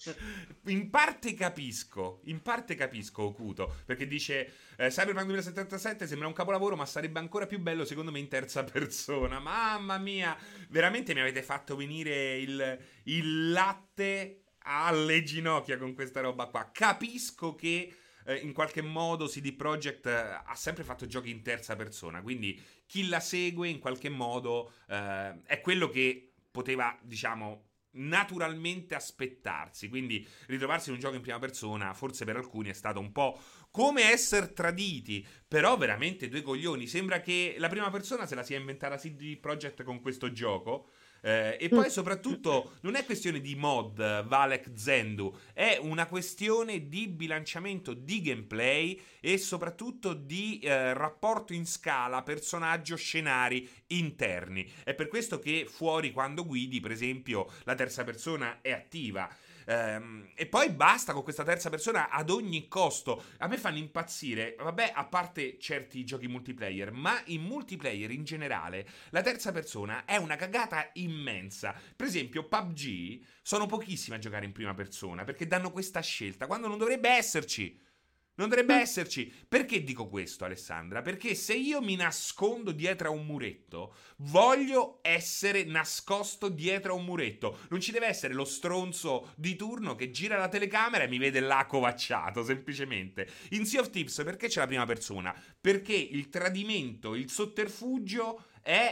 In parte capisco Okudo, perché dice Cyberpunk 2077 sembra un capolavoro, ma sarebbe ancora più bello secondo me in terza persona. Mamma mia, veramente mi avete fatto venire il latte alle ginocchia con questa roba qua. Capisco che in qualche modo CD Projekt ha sempre fatto giochi in terza persona, quindi chi la segue in qualche modo è quello che poteva, diciamo, naturalmente aspettarsi. Quindi ritrovarsi in un gioco in prima persona forse per alcuni è stato un po' come essere traditi, però veramente due coglioni. Sembra che la prima persona se la sia inventata CD Projekt con questo gioco. E poi soprattutto non è questione di mod Valek Zendu, è una questione di bilanciamento di gameplay e soprattutto di rapporto in scala personaggio-scenari interni. È per questo che fuori quando guidi, per esempio, la terza persona è attiva. E poi basta con questa terza persona ad ogni costo. A me fanno impazzire, vabbè, a parte certi giochi multiplayer, ma in multiplayer in generale la terza persona è una cagata immensa. Per esempio, PUBG sono pochissimi a giocare in prima persona perché danno questa scelta quando non dovrebbe esserci. Non dovrebbe esserci. Perché dico questo, Alessandra? Perché se io mi nascondo dietro a un muretto, voglio essere nascosto dietro a un muretto. Non ci deve essere lo stronzo di turno che gira la telecamera e mi vede là covacciato, semplicemente. In Sea of Thieves perché c'è la prima persona? Perché il tradimento, il sotterfugio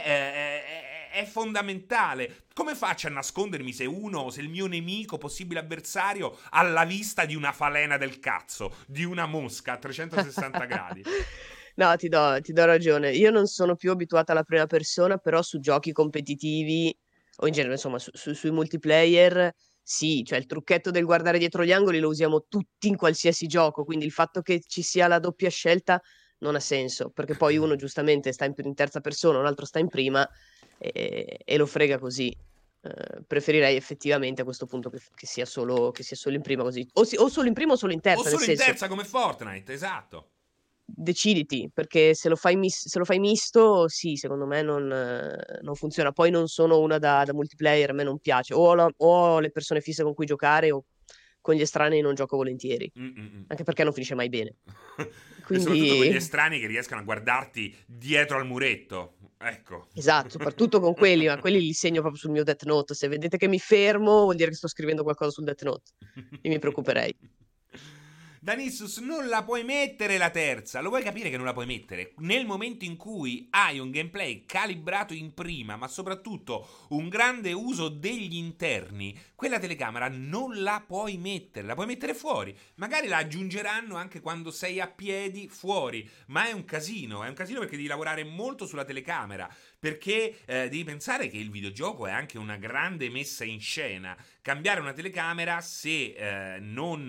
è fondamentale. Come faccio a nascondermi se il mio nemico, possibile avversario, ha la vista di una falena del cazzo, di una mosca a 360 gradi? no, ti do ragione. Io non sono più abituata alla prima persona, però su giochi competitivi o in genere, insomma, sui multiplayer, sì, cioè il trucchetto del guardare dietro gli angoli lo usiamo tutti in qualsiasi gioco, quindi il fatto che ci sia la doppia scelta non ha senso, perché poi uno giustamente sta in terza persona, un altro sta in prima e lo frega così. Preferirei effettivamente a questo punto che sia solo in prima così. O solo in prima o solo in O terza, nel solo in senso, terza come Fortnite, esatto. deciditi, perché se lo fai misto, sì, secondo me non funziona. Poi non sono una da multiplayer, a me non piace. O ho le persone fisse con cui giocare o con gli estranei non gioco volentieri, Mm-mm. anche perché non finisce mai bene. E soprattutto con gli Quindi, estranei che riescano a guardarti dietro al muretto. Ecco. esatto, soprattutto con quelli, ma quelli li segno proprio sul mio Death Note. Se vedete che mi fermo, vuol dire che sto scrivendo qualcosa sul Death Note. Io mi preoccuperei. Danissus, non la puoi mettere la terza. Lo vuoi capire che non la puoi mettere? Nel momento in cui hai un gameplay calibrato in prima, ma soprattutto un grande uso degli interni, quella telecamera non la puoi mettere. La puoi mettere fuori. Magari la aggiungeranno anche quando sei a piedi fuori. Ma è un casino. È un casino perché devi lavorare molto sulla telecamera. Perché devi pensare che il videogioco è anche una grande messa in scena. Cambiare una telecamera se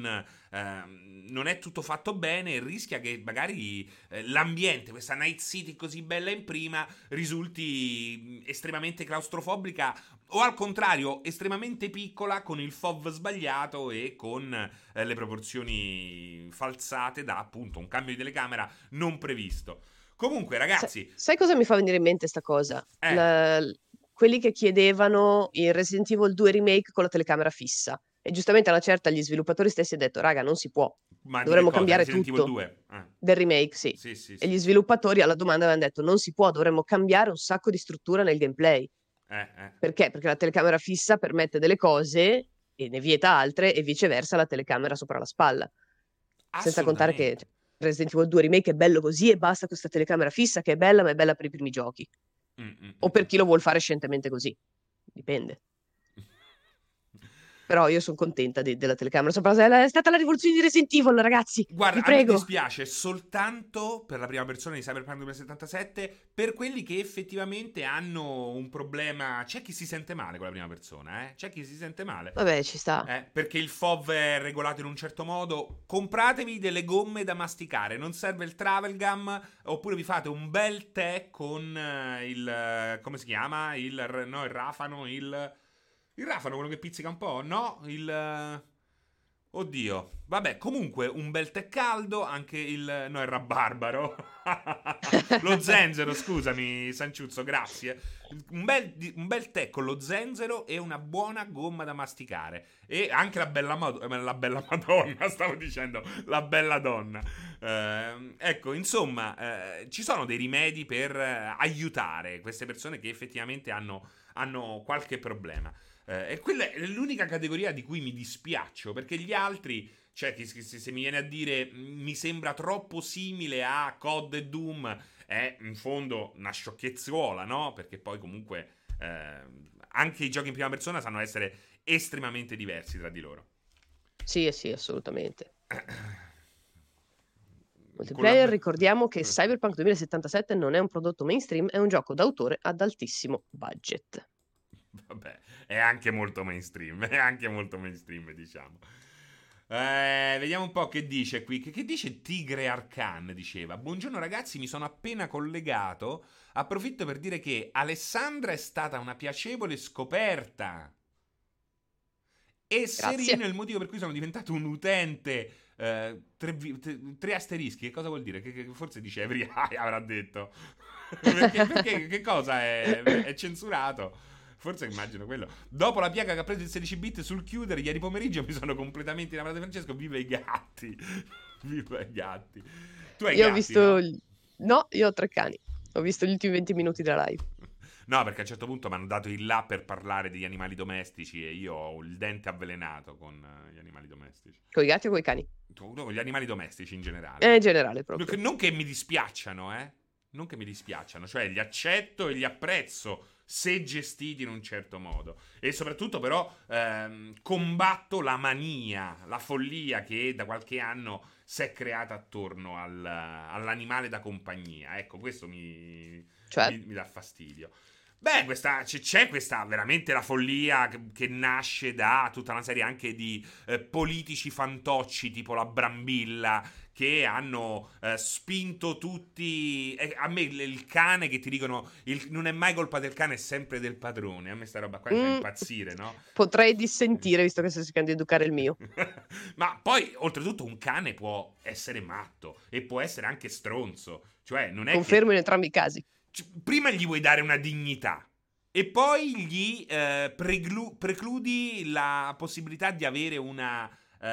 non è tutto fatto bene, rischia che magari l'ambiente, questa Night City così bella in prima, risulti estremamente claustrofobica o al contrario estremamente piccola con il FOV sbagliato e con le proporzioni falsate da appunto un cambio di telecamera non previsto. Comunque ragazzi, Sai cosa mi fa venire in mente sta cosa? eh, Quelli che chiedevano il Resident Evil 2 remake con la telecamera fissa. E giustamente a una certa gli sviluppatori stessi hanno detto, raga, non si può, ma di che dovremmo cosa? cambiare Resident Evil tutto. 2? Del remake, sì. Sì, sì, E sì, gli sì. sviluppatori alla domanda avevano detto, non si può, dovremmo cambiare un sacco di struttura nel gameplay. Eh. Perché? Perché la telecamera fissa permette delle cose e ne vieta altre e viceversa la telecamera sopra la spalla. Senza contare che Assolutamente. Resident Evil 2 Remake è bello così e basta questa telecamera fissa che è bella, ma è bella per i primi giochi. Mm, mm, O mm, per mm. chi lo vuol fare scientemente così. Dipende. Però io sono contenta della telecamera. È stata la rivoluzione di Resident Evil, ragazzi. Guarda, Vi a me prego. dispiace soltanto per la prima persona di Cyberpunk 2077, per quelli che effettivamente hanno un problema. C'è chi si sente male con la prima persona, C'è chi si sente male. Vabbè, ci sta. Perché il FOV è regolato in un certo modo. Compratevi delle gomme da masticare, non serve il travel gum, oppure vi fate un bel tè con il come si chiama? Il rafano, il rafano, quello che pizzica un po', no? Oddio. Vabbè, comunque un bel tè caldo, anche il no, il rabarbaro. Lo zenzero, scusami, Sanciuzzo, grazie. Un bel tè con lo zenzero e una buona gomma da masticare. E anche la bella Madonna, stavo dicendo, la bella donna. Ecco, insomma, ci sono dei rimedi per aiutare queste persone che effettivamente hanno qualche problema. E quella è l'unica categoria di cui mi dispiaccio, perché gli altri, cioè, se mi viene a dire mi sembra troppo simile a COD e Doom, è in fondo una sciocchezzuola, no? Perché poi comunque anche i giochi in prima persona sanno essere estremamente diversi tra di loro. Sì, assolutamente. Multiplayer, ricordiamo che Cyberpunk 2077 non è un prodotto mainstream, è un gioco d'autore ad altissimo budget. Vabbè, è anche molto mainstream, diciamo. Vediamo un po' che dice qui. Che dice Tigre Arcan? Diceva: buongiorno ragazzi, mi sono appena collegato. Approfitto per dire che Alessandra è stata una piacevole scoperta. E Serino è il motivo per cui sono diventato un utente. Tre asterischi, che cosa vuol dire? Che forse dice every eye, avrà detto. perché che cosa è censurato? Forse immagino quello. Dopo la piaga che ha preso il 16 bit sul chiudere, ieri pomeriggio mi sono completamente innamorato di Francesco. Viva i gatti. Viva i gatti. Tu hai Io gatti, ho visto... no? No, io ho 3 cani. Ho visto gli ultimi 20 minuti della live. No, perché a un certo punto mi hanno dato il là per parlare degli animali domestici e io ho il dente avvelenato con gli animali domestici. Con i gatti o con i cani? Con gli animali domestici in generale. In generale proprio. Non che mi dispiacciano, Non che mi dispiacciano, cioè li accetto e li apprezzo se gestiti in un certo modo. E soprattutto però combatto la mania, la follia che da qualche anno si è creata attorno all'animale da compagnia. Ecco, questo mi dà fastidio. Beh, c'è questa veramente la follia che nasce da tutta una serie anche di politici fantocci tipo la Brambilla che hanno spinto tutti. A me il cane che ti dicono non è mai colpa del cane, è sempre del padrone. A me sta roba qua mi fa impazzire, no? Potrei dissentire visto che sto cercando di educare il mio. Ma poi, oltretutto, un cane può essere matto e può essere anche stronzo. Cioè, non è Confermo in entrambi i casi. Prima gli vuoi dare una dignità e poi gli precludi la possibilità di avere un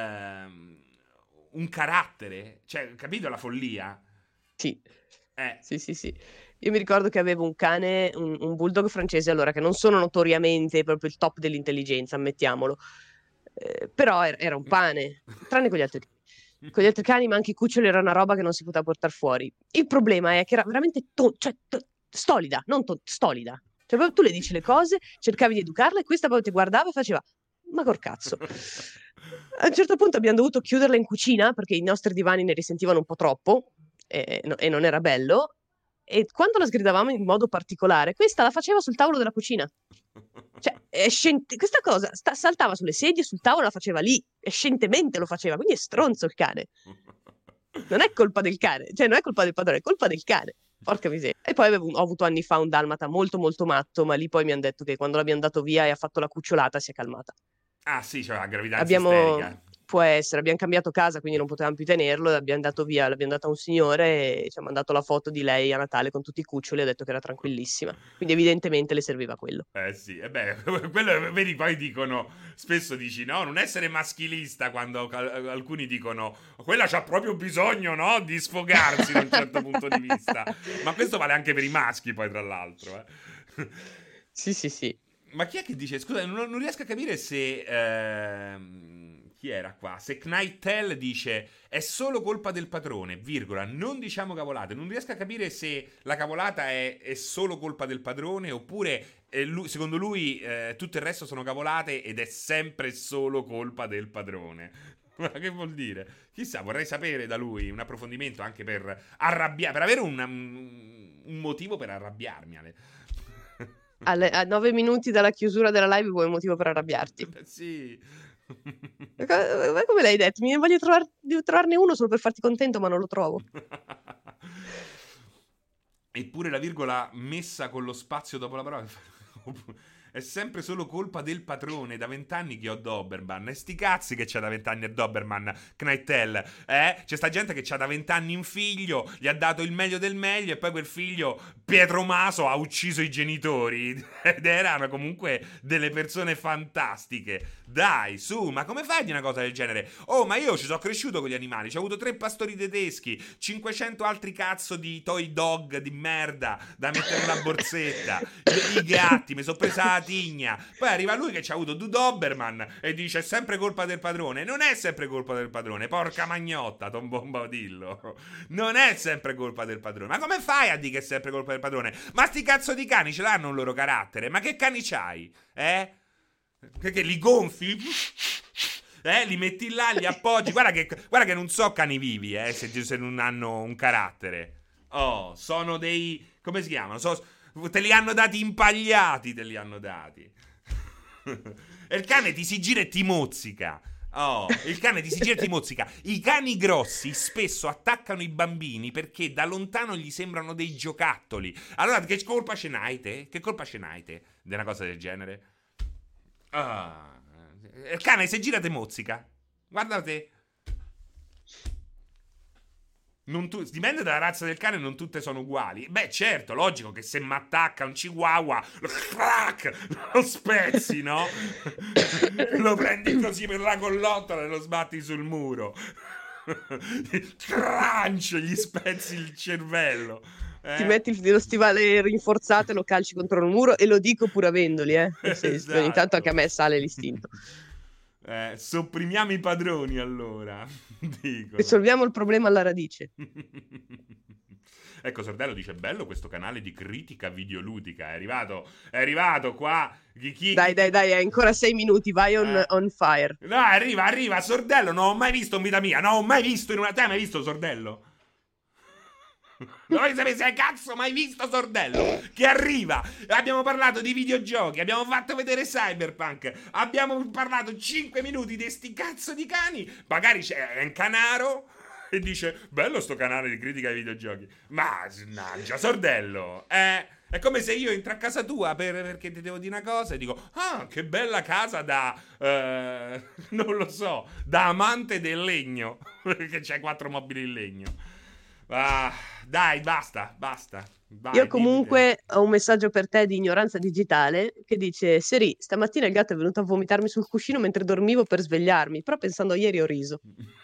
carattere. Cioè, capito la follia? Sì. Sì. Io mi ricordo che avevo un cane, un bulldog francese, allora, che non sono notoriamente proprio il top dell'intelligenza, ammettiamolo. Però era un pane, tranne con gli altri cani. Con gli altri cani, ma anche i cuccioli era una roba che non si poteva portare fuori. Il problema è che era veramente stolida, stolida. Cioè, proprio tu le dici le cose, cercavi di educarla e questa poi ti guardava e faceva: ma col cazzo. A un certo punto abbiamo dovuto chiuderla in cucina perché i nostri divani ne risentivano un po' troppo e non era bello. E quando la sgridavamo in modo particolare, questa la faceva sul tavolo della cucina. Cioè, questa cosa saltava sulle sedie, sul tavolo, la faceva lì, e scientemente lo faceva, quindi è stronzo il cane. Non è colpa del cane, cioè non è colpa del padrone, è colpa del cane. Porca miseria. E poi ho avuto anni fa un dalmata molto molto matto, ma lì poi mi hanno detto che quando l'abbiamo dato via e ha fatto la cucciolata si è calmata. Ah sì, cioè la gravidanza isterica. Può essere, abbiamo cambiato casa, quindi non potevamo più tenerlo, l'abbiamo dato via, l'abbiamo dato a un signore e ci ha mandato la foto di lei a Natale con tutti i cuccioli e ha detto che era tranquillissima. Quindi evidentemente le serviva quello. Sì, e beh, quello vedi, poi dicono, spesso dici no, non essere maschilista quando alcuni dicono quella c'ha proprio bisogno, no, di sfogarsi da un certo punto di vista. Ma questo vale anche per i maschi poi, tra l'altro. Sì. Ma chi è che dice, scusa, non riesco a capire se chi Chi era qua? Se Knight Tell dice è solo colpa del padrone, virgola, non diciamo cavolate. Non riesco a capire se la cavolata è solo colpa del padrone oppure secondo lui tutto il resto sono cavolate ed è sempre solo colpa del padrone. Ma che vuol dire? Chissà, vorrei sapere da lui un approfondimento anche per arrabbiare, per avere un motivo per arrabbiarmi. A 9 minuti dalla chiusura della live vuoi un motivo per arrabbiarti? Sì. Come l'hai detto? Mi voglio trovarne uno solo per farti contento, ma non lo trovo. Eppure la virgola messa con lo spazio dopo la parola è sempre solo colpa del padrone. Da 20 anni che ho Doberman. E sti cazzi che c'ha da 20 anni a Doberman, Knightel, C'è sta gente che c'ha da 20 anni un figlio, gli ha dato il meglio del meglio e poi quel figlio, Pietro Maso, ha ucciso i genitori. Ed erano comunque delle persone fantastiche. Dai, su, ma come fai di una cosa del genere? Oh, ma io ci sono cresciuto con gli animali. Ci ho avuto 3 pastori tedeschi, 500 altri cazzo di toy dog di merda da mettere nella borsetta, i gatti, mi sono presa la tigna. Poi arriva lui che ci ha avuto 2 Doberman e dice è sempre colpa del padrone. Non è sempre colpa del padrone, porca magnotta, Tom Bombadillo. Non è sempre colpa del padrone. Ma come fai a dire che è sempre colpa del padrone? Ma sti cazzo di cani ce l'hanno un loro carattere. Ma che cani c'hai? Che li gonfi? Li metti là, li appoggi. Guarda che non so cani vivi, se non hanno un carattere. Oh, sono dei... come si chiamano? Te li hanno dati impagliati, te li hanno dati. E il cane ti si gira e ti mozzica. Oh, il cane ti si gira e ti mozzica. I cani grossi spesso attaccano i bambini perché da lontano gli sembrano dei giocattoli. Allora, che colpa ce n'hai te? Che colpa ce n'hai te di una cosa del genere? Il cane se gira te mozzica. Guarda te. Dipende dalla razza del cane, non tutte sono uguali. Beh, certo, logico che se mi attacca un chihuahua lo spezzi, no? Lo prendi così per la collottola e lo sbatti sul muro. Crunch, gli spezzi il cervello. Ti metti lo stivale rinforzato e lo calci contro il muro, e lo dico pur avendoli, Esatto. Ogni tanto anche a me sale l'istinto. Sopprimiamo i padroni, allora. Dico. Risolviamo il problema alla radice. Ecco, Sordello dice bello questo canale di critica videoludica. È arrivato qua. Dai, hai ancora 6 minuti, vai on fire. No, arriva Sordello. Non ho mai visto in vita mia. Non ho mai visto in una... Te hai mai visto Sordello? Non voglio sapere se hai cazzo mai visto Sordello che arriva. Abbiamo parlato di videogiochi, abbiamo fatto vedere Cyberpunk, abbiamo parlato 5 minuti di sti cazzo di cani. Magari c'è un canaro e dice bello sto canale di critica ai videogiochi. Ma mannaggia Sordello, è come se io entro a casa tua perché ti devo dire una cosa e dico ah, che bella casa da non lo so, da amante del legno, perché c'hai 4 mobili in legno. Dai, basta. Vai, io comunque ho un messaggio per te di ignoranza digitale che dice Seri, stamattina il gatto è venuto a vomitarmi sul cuscino mentre dormivo per svegliarmi, però pensando a ieri ho riso.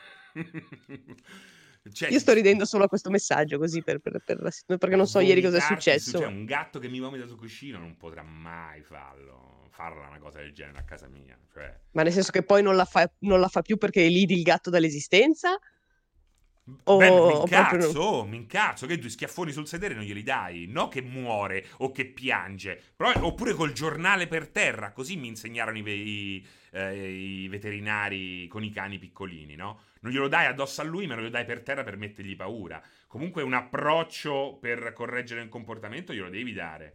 Io sto ridendo solo a questo messaggio così perché non so ieri cosa è successo. Cioè, un gatto che mi vomita sul cuscino non potrà mai farla una cosa del genere a casa mia, cioè. Ma nel senso che poi non la fa più perché elidi il gatto dall'esistenza? Mi incazzo che 2 schiaffoni sul sedere non glieli dai, no che muore o che piange, oppure col giornale per terra, così mi insegnarono i veterinari con i cani piccolini, no? Non glielo dai addosso a lui, ma lo dai per terra per mettergli paura. Comunque un approccio per correggere il comportamento glielo devi dare.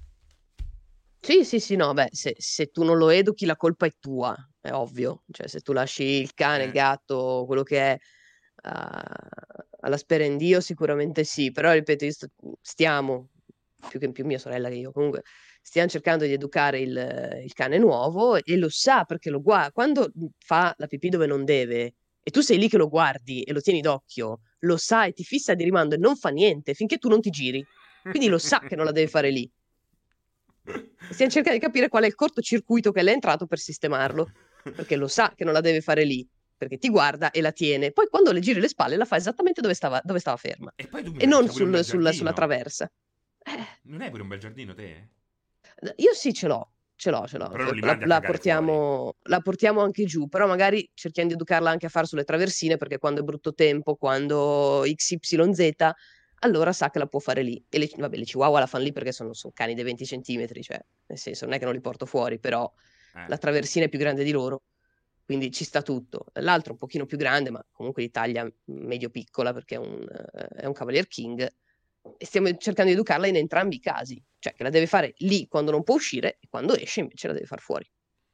Sì, no, beh, se tu non lo educhi la colpa è tua, è ovvio, cioè se tu lasci il cane, il gatto, quello che è alla spera in Dio sicuramente sì, però ripeto, stiamo, più mia sorella che io, comunque stiamo cercando di educare il cane nuovo e lo sa perché lo guarda, quando fa la pipì dove non deve e tu sei lì che lo guardi e lo tieni d'occhio, lo sa e ti fissa di rimando e non fa niente finché tu non ti giri, quindi lo sa che non la deve fare lì. Stiamo cercando di capire qual è il cortocircuito che le è entrato per sistemarlo, perché lo sa che non la deve fare lì, perché ti guarda e la tiene. Poi quando le giri le spalle la fa esattamente dove stava ferma. E non sulla traversa. Non hai pure un bel giardino te? Io sì ce l'ho. Ce l'ho. Però non li mandi a cagare La portiamo anche giù, però magari cerchiamo di educarla anche a fare sulle traversine, perché quando è brutto tempo, quando XYZ, allora sa che la può fare lì. E le chihuahua la fanno lì perché sono cani dei 20 centimetri, cioè, nel senso, non è che non li porto fuori, però la traversina è più grande di loro, quindi ci sta tutto. L'altro è un pochino più grande, ma comunque di taglia medio-piccola, perché è un Cavalier King, e stiamo cercando di educarla in entrambi i casi, cioè che la deve fare lì quando non può uscire e quando esce invece la deve far fuori.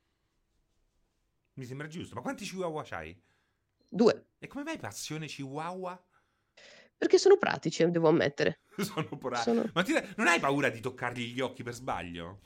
Mi sembra giusto. Ma quanti chihuahua c'hai? 2. E come mai passione chihuahua? Perché sono pratici, devo ammettere. Ma non hai paura di toccargli gli occhi per sbaglio?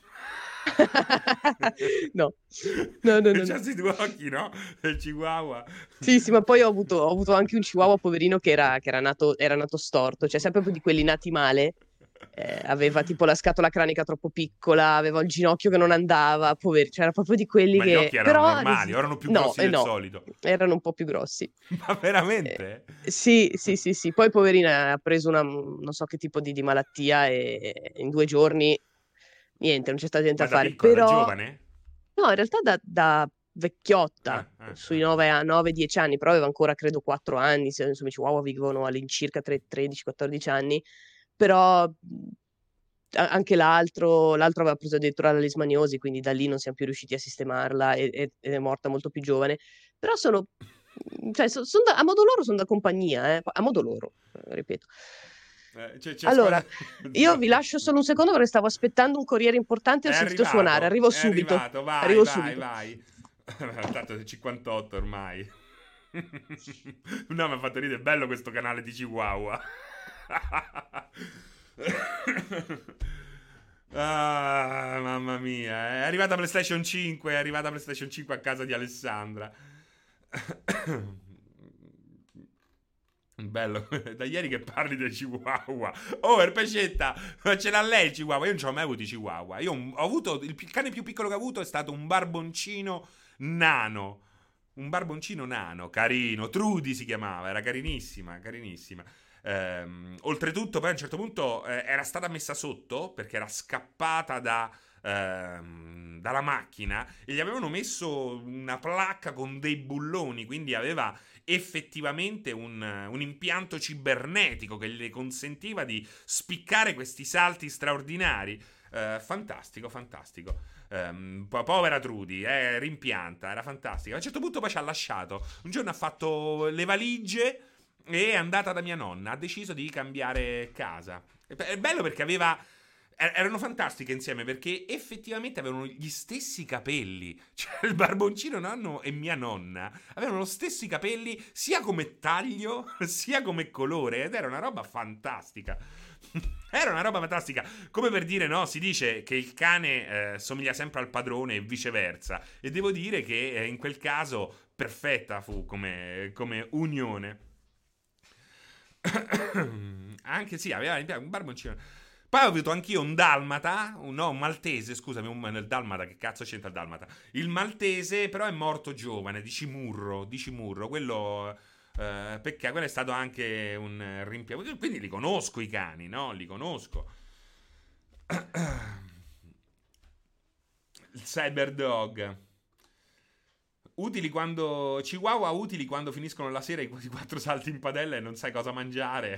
No. C'ha questi due occhi, no? Del chihuahua. Sì, ma poi ho avuto anche un chihuahua poverino che era nato storto, cioè sempre di quelli nati male. Aveva tipo la scatola cranica troppo piccola, aveva il ginocchio che non andava, poverino, cioè era proprio di quelli Ma che... gli occhi erano normali, erano più grossi del no, solito. Erano un po' più grossi. Ma veramente? Sì. Poi poverina ha preso non so che tipo di malattia e in 2 giorni niente, non c'è stato niente Ma a da fare. piccola, da Però giovane? no, in realtà da vecchiotta, sui 9-10 anni, però aveva ancora credo 4 anni, insomma i chihuahua vivono all'incirca 13-14 anni, però anche l'altro aveva preso addirittura la leishmaniosi, quindi da lì non siamo più riusciti a sistemarla ed è morta molto più giovane, però cioè, a modo loro sono da compagnia, a modo loro, ripeto. Allora, io vi lascio solo un secondo perché stavo aspettando un corriere importante e ho sentito suonare. Arrivo subito. Arrivato, vai. Tanto è 58 ormai. No, mi ha fatto ridere, è bello questo canale di Chihuahua. Mamma mia, è arrivata PlayStation 5, a casa di Alessandra. Bello, da ieri che parli del Chihuahua. Oh, Erpecetta, ma ce l'ha lei il Chihuahua? Io non ci ho mai avuto i Chihuahua. Io ho avuto, il cane più piccolo che ho avuto è stato un barboncino nano. Carino. Trudy si chiamava, era carinissima. Oltretutto poi a un certo punto era stata messa sotto perché era scappata dalla macchina e gli avevano messo una placca con dei bulloni, quindi aveva effettivamente un impianto cibernetico che le consentiva di spiccare questi salti straordinari. Fantastico. Povera Trudy, rimpianta, era fantastica. A un certo punto poi ci ha lasciato. Un giorno ha fatto le valigie e è andata da mia nonna. Ha deciso di cambiare casa. È bello perché erano fantastiche insieme perché effettivamente avevano gli stessi capelli. Cioè il barboncino nonno e mia nonna avevano lo stessi capelli sia come taglio sia come colore ed era una roba fantastica. Come per dire, no, si dice che il cane somiglia sempre al padrone e viceversa, e devo dire che in quel caso perfetta fu come unione. Anche sì, aveva un barboncino. Poi ho avuto anch'io un dalmata, un maltese, scusami, il dalmata, che cazzo c'entra il dalmata? Il maltese, però è morto giovane, di Cimurro, quello... perché quello è stato anche un rimpianto. Quindi li conosco i cani, no? Li conosco. Il Cyberdog. Chihuahua utili quando finiscono la sera i 4 salti in padella e non sai cosa mangiare.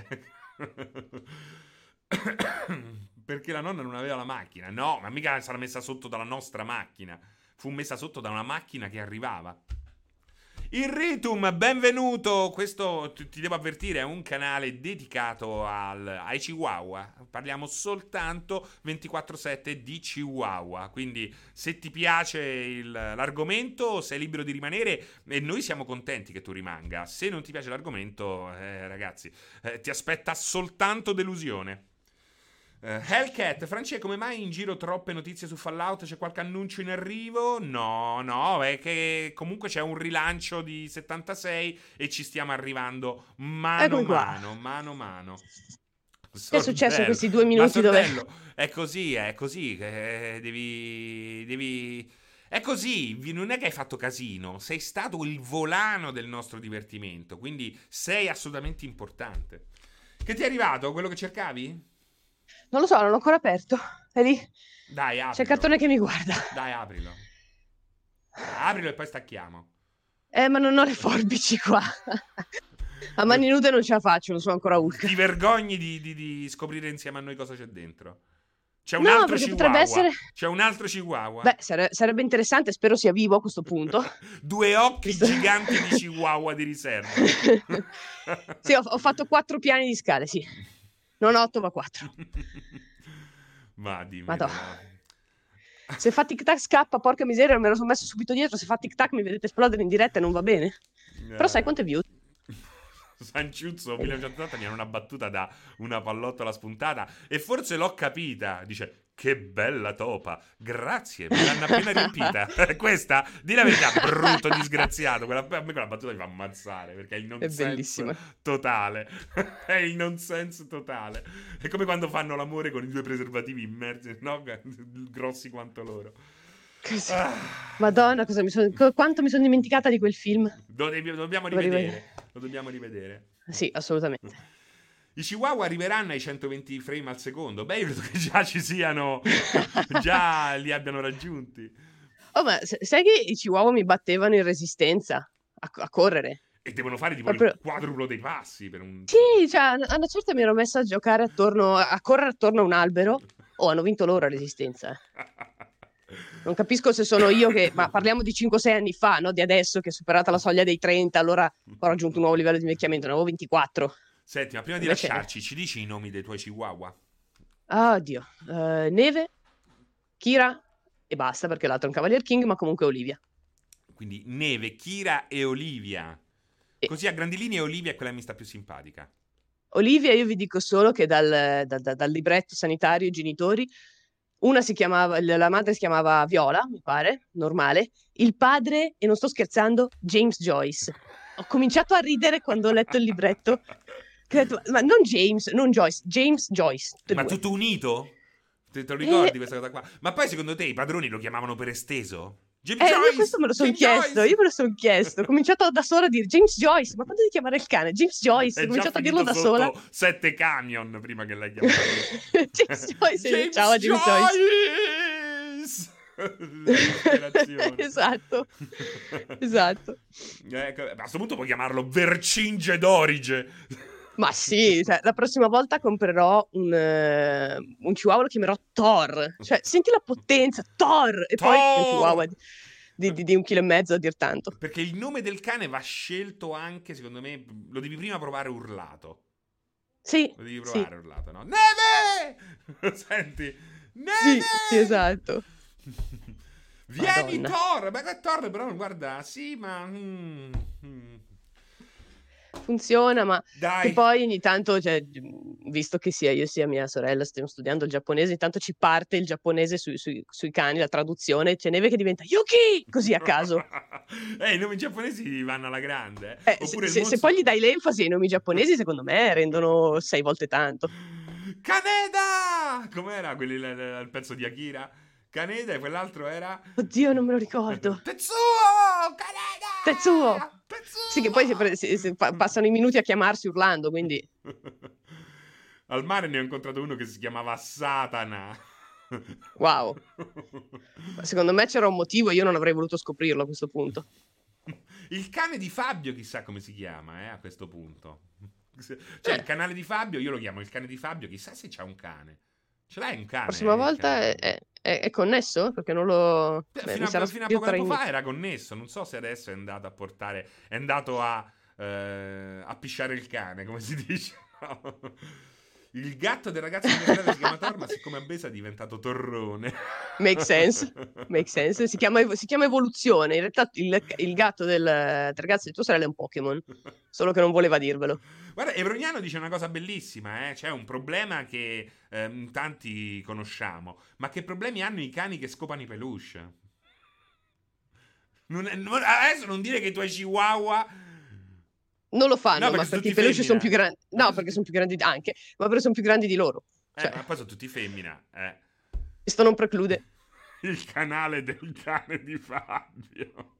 Perché la nonna non aveva la macchina. No, ma mica sarà messa sotto dalla nostra macchina. Fu messa sotto da una macchina che arrivava. Il Ritum, benvenuto. Questo ti devo avvertire, è un canale dedicato ai Chihuahua. Parliamo soltanto 24/7 di Chihuahua. Quindi se ti piace l'argomento sei libero di rimanere e noi siamo contenti che tu rimanga. Se non ti piace l'argomento, ragazzi, ti aspetta soltanto delusione. Hellcat, Francesco, come mai in giro troppe notizie su Fallout? C'è qualche annuncio in arrivo? No, è che comunque c'è un rilancio di 76 e ci stiamo arrivando mano a mano. Che è successo in questi 2 minuti dove... È così, devi... È così, non è che hai fatto casino, sei stato il volano del nostro divertimento, quindi sei assolutamente importante. Che ti è arrivato? Quello che cercavi? Non lo so, non l'ho ancora aperto. È lì. Dai, C'è il aprilo. cartone che mi guarda. Dai, aprilo. Aprilo e poi stacchiamo. Ma non ho le forbici qua. A mani nude non ce la faccio, non sono ancora Hulk. Ti vergogni di scoprire insieme a noi cosa c'è dentro? C'è un No, altro perché chihuahua. potrebbe essere... C'è un altro chihuahua. Beh, sarebbe interessante, spero sia vivo a questo punto. 2 occhi Visto- giganti di chihuahua di riserva. Sì, ho fatto 4 piani di scale, sì. Non 8, ma 4. Ma dimmi. Madonna. Se fa tic tac scappa, porca miseria, me lo sono messo subito dietro. Se fa tic tac mi vedete esplodere in diretta e non va bene. Però sai quante view? Sanciuzzo 1980 mi hanno una battuta da una pallottola spuntata e forse l'ho capita. Dice: che bella topa, grazie, me l'hanno appena riempita. Questa, di la verità, brutto disgraziato. A me quella battuta mi fa ammazzare perché è il nonsense bellissima. totale. È il nonsense totale. È come quando fanno l'amore con i 2 preservativi immersi, no? Grossi quanto loro. Così. Ah. Madonna, quanto mi sono dimenticata di quel film. Dobbiamo Devo rivedere. Lo dobbiamo rivedere. Sì, assolutamente. I chihuahua arriveranno ai 120 frame al secondo. Beh, io credo che già ci siano. Già li abbiano raggiunti. Oh, ma sai che i chihuahua mi battevano in resistenza a correre? E devono fare tipo Proprio- il quadruplo dei passi per un. Sì, cioè, a una certa mi ero messa a giocare a correre attorno a un albero. Oh, hanno vinto loro a resistenza. Non capisco se sono io che... Ma parliamo di 5-6 anni fa, no? Di adesso che è superata la soglia dei 30, allora ho raggiunto un nuovo livello di invecchiamento, ne avevo 24. Senti, ma prima di Invece- lasciarci, ci dici i nomi dei tuoi chihuahua? Ah, Dio. Neve, Kira e basta, perché l'altro è un Cavalier King, ma comunque Olivia. Quindi Neve, Kira e Olivia. E- Così a grandi linee Olivia è quella che mi sta più simpatica. Olivia, io vi dico solo che dal libretto sanitario i genitori, la madre si chiamava Viola, mi pare, normale, il padre, e non sto scherzando, James Joyce. Ho cominciato a ridere quando ho letto il libretto, che ho detto, ma non James, non Joyce, James Joyce. tutte e Ma due. tutto unito? Te lo ricordi questa cosa qua? Ma poi secondo te i padroni lo chiamavano per esteso? James Io Joyce! questo me lo sono James chiesto, Joyce! io me lo sono chiesto. Ho cominciato da sola a dire James Joyce, ma quando devi chiamare il cane? James Joyce, È ho già cominciato a dirlo da finito sola. sotto 7 camion prima che l'hai chiamato. James Joyce, ciao a James Joyce! Ispirazione. Esatto. Esatto. A questo punto puoi chiamarlo Vercingetorige. Ma sì, cioè, la prossima volta comprerò un chihuahua, lo chiamerò Thor. Cioè, senti la potenza, Thor! E poi Thor! un chihuahua di 1,5 kg a dir tanto. Perché il nome del cane va scelto anche, secondo me, lo devi prima provare urlato. Sì, Lo devi sì, provare urlato, no? Neve! Senti? Neve! sì, esatto. Vieni, Madonna. Thor! Beh, Thor però, guarda, sì, ma... Funziona, ma Dai. che poi ogni tanto, cioè, visto che sia io sia mia sorella stiamo studiando il giapponese, intanto ci parte il giapponese sui cani, la traduzione, c'è Neve che diventa Yuki, così a caso. I nomi giapponesi vanno alla grande. Oppure il Se mozzo- poi gli dai l'enfasi ai nomi giapponesi, secondo me rendono 6 volte tanto. Kaneda! Com'era il pezzo di Akira? Kaneda e quell'altro era... Oddio, non me lo ricordo. Tetsuo! Kaneda! Tetsuo! Tetsuo! Sì, che poi passano i minuti a chiamarsi urlando, quindi... Al mare ne ho incontrato uno che si chiamava Satana. Wow. Secondo me c'era un motivo, io non avrei voluto scoprirlo a questo punto. Il cane di Fabio chissà come si chiama, a questo punto. Cioè, il canale di Fabio, io lo chiamo il cane di Fabio, chissà se c'ha un cane. Ce l'hai un cane? La prossima il volta cane? è connesso? Perché non lo... Fino a poco tempo fa era connesso, non so se adesso è andato a portare, è andato a pisciare il cane, come si dice. Il gatto del ragazzo di mia sorella si chiama Thor, ma siccome è obesa è diventato Torrone. Make sense, make sense. Si chiama evoluzione. In realtà il gatto del ragazzo di tua sorella è un Pokémon, solo che non voleva dirvelo. Guarda, Evrognano dice una cosa bellissima, C'è un problema che tanti conosciamo, ma che problemi hanno i cani che scopano i peluche? Adesso non dire che i tuoi chihuahua... Non lo fanno, No, ma perché sono perché i tutti peluche sono più femmina. grandi. No, perché sono più grandi anche, ma perché sono più grandi di loro. Cioè, ma poi sono tutti femmina, questo non preclude. Il canale del cane di Fabio.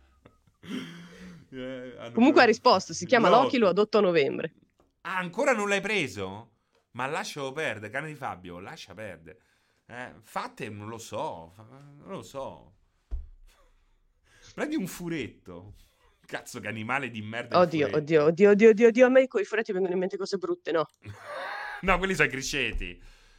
Comunque ha risposto, si chiama Loki. Loki, lo adotto a novembre. Ah, ancora non l'hai preso? Ma lascialo perdere, cane di Fabio, lascia perdere. Fate, non lo so. Prendi un furetto. Cazzo, che animale di merda. Oddio, a me con i furetti vengono in mente cose brutte, no? No, quelli sono i criceti.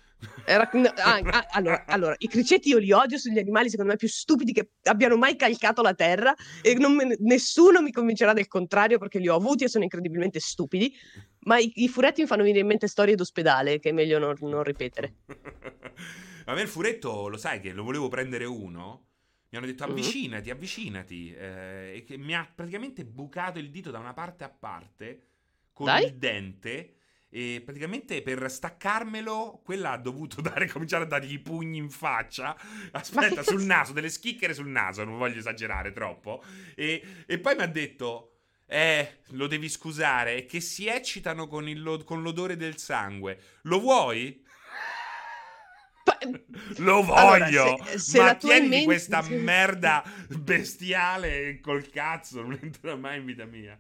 Allora, i criceti io li odio, sono gli animali secondo me più stupidi che abbiano mai calcato la terra e nessuno mi convincerà del contrario perché li ho avuti e sono incredibilmente stupidi, ma i furetti mi fanno venire in mente storie d'ospedale che è meglio non ripetere. A me il furetto, lo sai che lo volevo prendere uno? Mi hanno detto avvicinati, e che mi ha praticamente bucato il dito da una parte a parte con Dai? il dente. E praticamente per staccarmelo, quella ha dovuto cominciare a dargli i pugni in faccia. Aspetta, sul naso, delle schicchiere sul naso, non voglio esagerare troppo. E poi mi ha detto: lo devi scusare, che si eccitano con l'odore del sangue. Lo vuoi? Lo voglio! Allora, se ma la tua tieni mente- questa merda bestiale col cazzo, non entrerà mai in vita mia.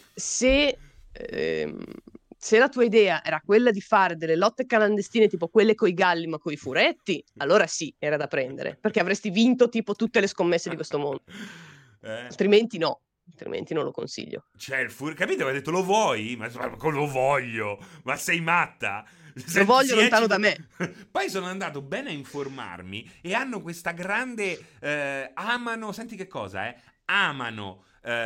Se la tua idea era quella di fare delle lotte clandestine tipo quelle coi galli ma coi furetti, allora sì, era da prendere, perché avresti vinto tipo tutte le scommesse di questo mondo. Altrimenti no, altrimenti non lo consiglio. Cioè, capito? Mi ha detto: lo vuoi? Ma lo voglio! Ma sei matta? Lo voglio lontano da me. Poi sono andato bene a informarmi e hanno questa grande amano, senti che cosa, amano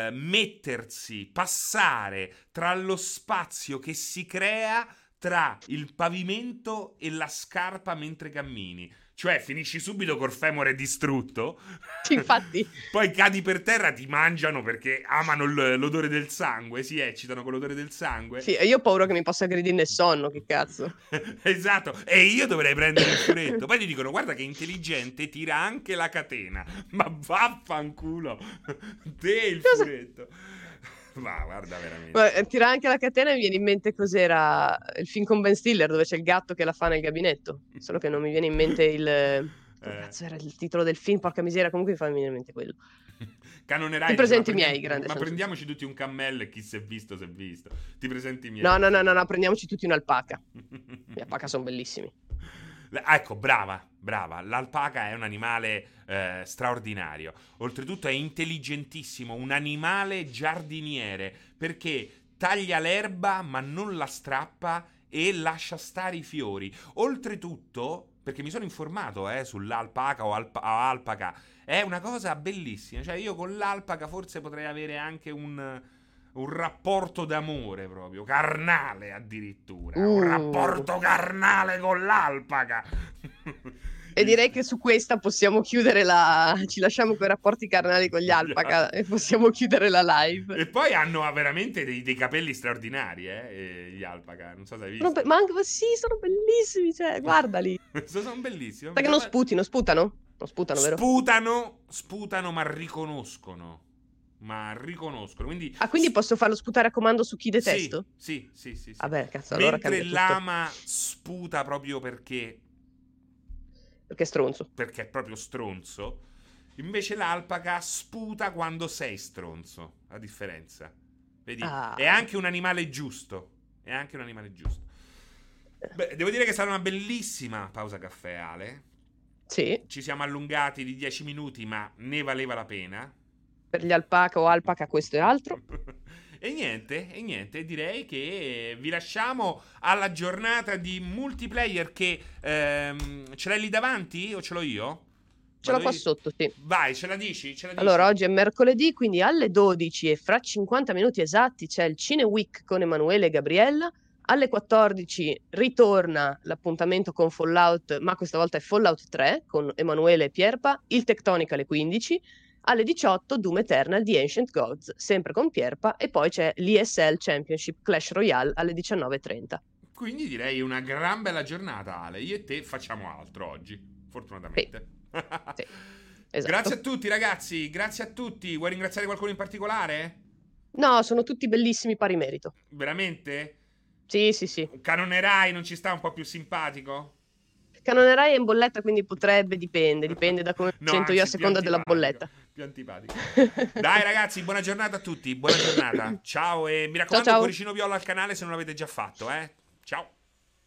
passare tra lo spazio che si crea tra il pavimento e la scarpa mentre cammini. Cioè, finisci subito col femore distrutto. Infatti. Poi cadi per terra, ti mangiano perché amano l'odore del sangue, si eccitano con l'odore del sangue. Sì, io ho paura che mi possa aggredire nel sonno, che cazzo. Esatto, e io dovrei prendere il furetto. Poi ti dicono: guarda che intelligente, tira anche la catena. Ma vaffanculo. Te il furetto. Ma guarda, veramente. Tira anche la catena e mi viene in mente cos'era il film con Ben Stiller dove c'è il gatto che la fa nel gabinetto. Solo che non mi viene in mente cazzo era il titolo del film, porca miseria, comunque mi fa venire in mente quello. Canonerai. Ti presenti i miei, grande. Ma prendiamoci tutti un cammello e chi si è visto, si è visto. Ti presenti i miei. No, prendiamoci tutti un'alpaca. Gli alpaca sono bellissimi. Ecco, brava. L'alpaca è un animale straordinario. Oltretutto è intelligentissimo, un animale giardiniere, perché taglia l'erba ma non la strappa e lascia stare i fiori. Oltretutto, perché mi sono informato sull'alpaca o alpaca, è una cosa bellissima. Cioè, io con l'alpaca forse potrei avere anche un rapporto d'amore proprio, carnale addirittura. Un rapporto carnale con l'alpaca. E direi che su questa possiamo chiudere ci lasciamo quei rapporti carnali con gli alpaca e possiamo chiudere la live. E poi hanno veramente dei capelli straordinari, gli alpaca. Non so se hai visto. Ma anche, sì, sono bellissimi, cioè, guardali. Sono bellissimi. Perché non sputano? Non sputano, vero? Sputano, ma riconoscono. Quindi posso farlo sputare a comando su chi detesto? Sì. Vabbè, cazzo, allora mentre l'ama sputa proprio perché è stronzo. Perché è proprio stronzo. Invece l'alpaca sputa quando sei stronzo. La differenza. Vedi? È anche un animale giusto. Beh, devo dire che è stata una bellissima pausa caffè, Ale. Sì. Ci siamo allungati di 10 minuti, ma ne valeva la pena. Per gli alpaca o alpaca questo è altro. E niente, direi che vi lasciamo alla giornata di multiplayer che ce l'hai lì davanti o ce l'ho io? Ce l'ho qua sotto, sì. Vai, ce la dici? Allora, oggi è mercoledì, quindi alle 12 e fra 50 minuti esatti c'è il Cine Week con Emanuele e Gabriella. Alle 14 ritorna l'appuntamento con Fallout, ma questa volta è Fallout 3 con Emanuele e Pierpa. Il Tectonic alle 15. Alle 18 Doom Eternal The Ancient Gods, sempre con Pierpa, e poi c'è l'ESL Championship Clash Royale alle 19:30. Quindi direi una gran bella giornata, Ale. Io e te facciamo altro oggi, fortunatamente. Sì, esatto. Grazie a tutti, ragazzi, grazie a tutti. Vuoi ringraziare qualcuno in particolare? No, sono tutti bellissimi pari merito. Veramente? Sì. Canonerai non ci sta un po' più simpatico? Canonerai è in bolletta, quindi dipende da come sento io a seconda della bolletta. Più antipatico. Dai ragazzi, buona giornata a tutti, buona giornata. Ciao e mi raccomando, ciao. Cuoricino viola al canale se non l'avete già fatto, Ciao.